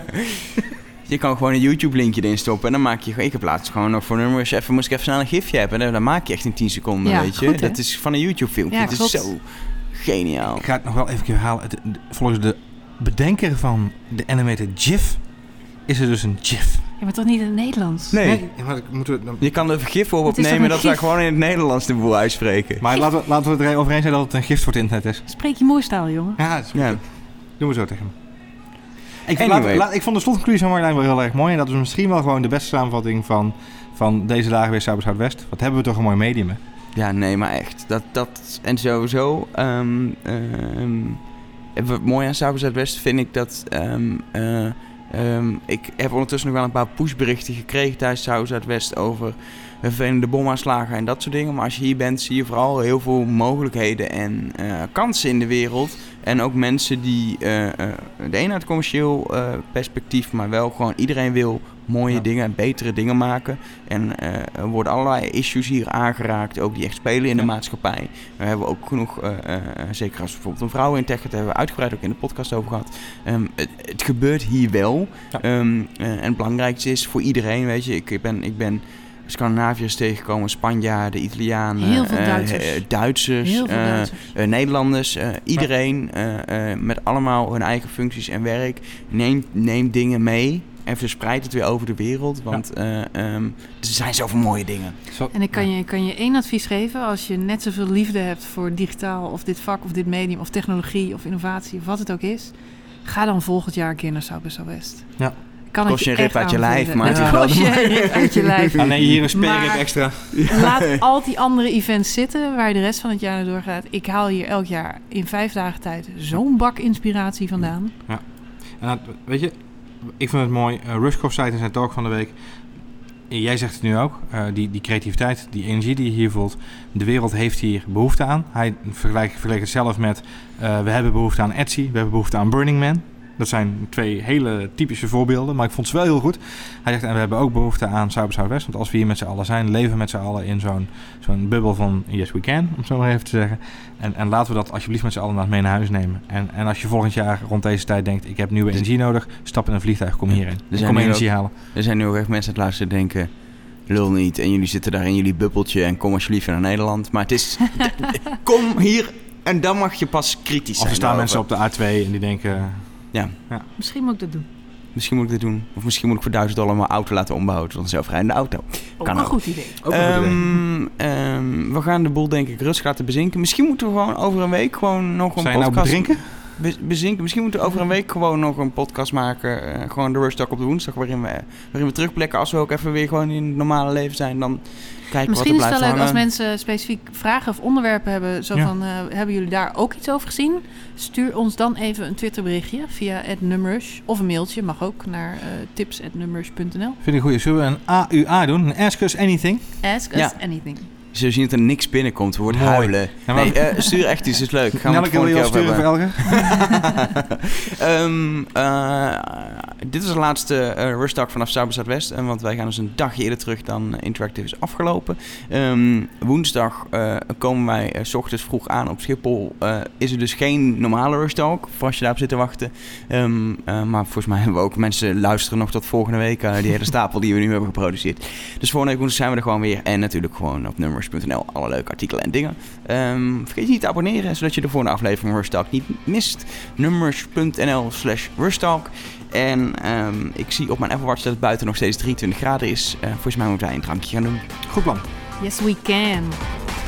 Je kan gewoon een YouTube-linkje erin stoppen en dan maak je... Ik heb laatst gewoon nog voor nummers even, moest ik even snel een gifje hebben. En dan maak je echt in tien seconden, Ja, weet je. goed, hè? Dat is van een YouTube-filmpje. Ja, Het is klopt. zo geniaal. Ik ga het nog wel even herhalen. Het- de- Volgens de bedenker van de animated GIF is er dus een GIF. Ja, maar toch niet in het Nederlands? Nee, maar ik- moeten we, dan- je kan er gif op Het is toch opnemen een dat wij gif? gewoon in het Nederlands de boel uitspreken. maar laten we, laten we het erover eens zijn dat het een gift voor het internet is. Spreek je moerstaal, jongen. Ja, dat is Ja. doen we zo tegen hem. Ik, Anyway. laat- laat- ik vond de slotconclusie van Marjolein wel heel erg mooi. En dat is misschien wel gewoon de beste samenvatting van, van deze dagen weer Cyber Zuidwest. Wat hebben we toch een mooi medium, hè? Ja, nee, maar echt. Dat, dat, en sowieso, um, um, wat mooi aan Cyber Zuidwest vind ik dat... Um, uh, um, ik heb ondertussen nog wel een paar pushberichten gekregen tijdens Cyber Zuidwest over vervelende bomaanslagen en dat soort dingen. Maar als je hier bent, zie je vooral heel veel mogelijkheden en uh, kansen in de wereld. En ook mensen die, uh, uh, de een uit commercieel uh, perspectief, maar wel gewoon iedereen wil mooie Ja. dingen en betere dingen maken. En uh, er worden allerlei issues hier aangeraakt, ook die echt spelen in Ja. de maatschappij. We hebben ook genoeg, uh, uh, zeker als bijvoorbeeld een vrouw in tech, daar hebben we uitgebreid ook in de podcast over gehad. Um, het, het gebeurt hier wel. Ja. Um, uh, en het belangrijkste is voor iedereen, weet je, ik ben... Ik ben Scandinaviërs tegengekomen, Spanjaarden, Italianen, Heel veel uh, Duitsers. uh, Duitsers, Heel veel uh, Duitsers. uh, Nederlanders, uh, iedereen uh, uh, met allemaal hun eigen functies en werk. Neem, neem dingen mee en verspreid het weer over de wereld, want uh, um, er zijn zoveel mooie dingen. Zo, En ik kan, je, ik kan je één advies geven. Als je net zoveel liefde hebt voor digitaal of dit vak of dit medium of technologie of innovatie of wat het ook is. Ga dan volgend jaar een keer naar South by Southwest. Ja. Kan het Kost je een echt rip uit je lijf, aanbevelen. maar Het het is kost wel je een rip uit je lijf. Ah, nee, hier een speerrip Maar- extra. Laat al die andere events zitten waar je de rest van het jaar naar doorgaat. Ik haal hier elk jaar in vijf dagen tijd zo'n bak inspiratie vandaan. En dat- weet je, ik vind het mooi. Uh, Rushkoff zei in zijn talk van de week. Jij zegt het nu ook. Uh, die, die creativiteit, die energie die je hier voelt. De wereld heeft hier behoefte aan. Hij vergelijkt, vergelijkt het zelf met... Uh, we hebben behoefte aan Etsy. We hebben behoefte aan Burning Man. Dat zijn twee hele typische voorbeelden. Maar ik vond ze wel heel goed. Hij zegt, en we hebben ook behoefte aan Cyber Zuidwest. Want als we hier met z'n allen zijn, leven we met z'n allen in zo'n, zo'n bubbel van yes we can. Om het zo maar even te zeggen. En, en laten we dat alsjeblieft met z'n allen naar mee naar huis nemen. En, en als je volgend jaar rond deze tijd denkt, ik heb nieuwe energie nodig. Stap in een vliegtuig, kom hierin. Er En zijn kom nu energie ook- halen. Er zijn nu ook echt mensen aan het luisteren die denken... Lul niet, en jullie zitten daar in jullie bubbeltje en kom alsjeblieft naar Nederland. Maar het is... kom hier en dan mag je pas kritisch Of zijn. er staan daarover. mensen op de A twee en die denken... Ja, Misschien moet ik dat doen. misschien moet ik dit doen. Of misschien moet ik voor duizend dollar mijn auto laten ombouwen tot een zelfrijdende auto. Ook Kan een ook. goed idee. Ook een goed idee. Ehm, ehm, we gaan de boel denk ik rustig laten bezinken. Misschien moeten we gewoon over een week gewoon nog een Zijn je nou podcast... bedrinken? bezinken. Misschien moeten we over een week gewoon nog een podcast maken. Uh, gewoon de Rush Talk op de woensdag. Waarin we, waarin we terugblikken. Als we ook even weer gewoon in het normale leven zijn. Dan kijken Misschien wat er is het wel leuk hangen. als mensen specifiek vragen of onderwerpen hebben. Zo Ja. van, uh, hebben jullie daar ook iets over gezien? Stuur ons dan even een Twitterberichtje via at numrush. Of een mailtje, mag ook, naar uh, tips at numrush punt n l. Vind ik een goeie. Zullen we een A U A doen? Een Ask Us Anything? Ask us Ja. anything. Zul zien dat er niks binnenkomt. We worden Mooi. huilen. Ja, maar- Nee, uh, stuur echt iets. Het is leuk. Gaan we het Nelke, wil volgende je keer al over sturen voor hebben. Elge? um, uh, dit is de laatste uh, Rush Talk vanaf Cyber Zuidwest. Uh, want wij gaan dus een dagje eerder terug dan uh, Interactive is afgelopen. Um, woensdag uh, komen wij uh, 's ochtends vroeg aan op Schiphol. Uh, is er dus geen normale Rush Talk. Voor als je daarop zit te wachten. Um, uh, maar volgens mij hebben we ook mensen luisteren nog tot volgende week. Uh, die hele stapel die we nu hebben geproduceerd. Dus volgende week woensdag zijn we er gewoon weer. En natuurlijk gewoon op numrush punt n l. Alle leuke artikelen en dingen. Um, vergeet je niet te abonneren, zodat je de volgende aflevering van Rush Talk niet mist. numrush punt n l slash rush talk. En um, ik zie op mijn Apple Watch dat het buiten nog steeds drieëntwintig graden is. Uh, volgens mij moeten wij een drankje gaan doen. Goed plan. Yes, we can.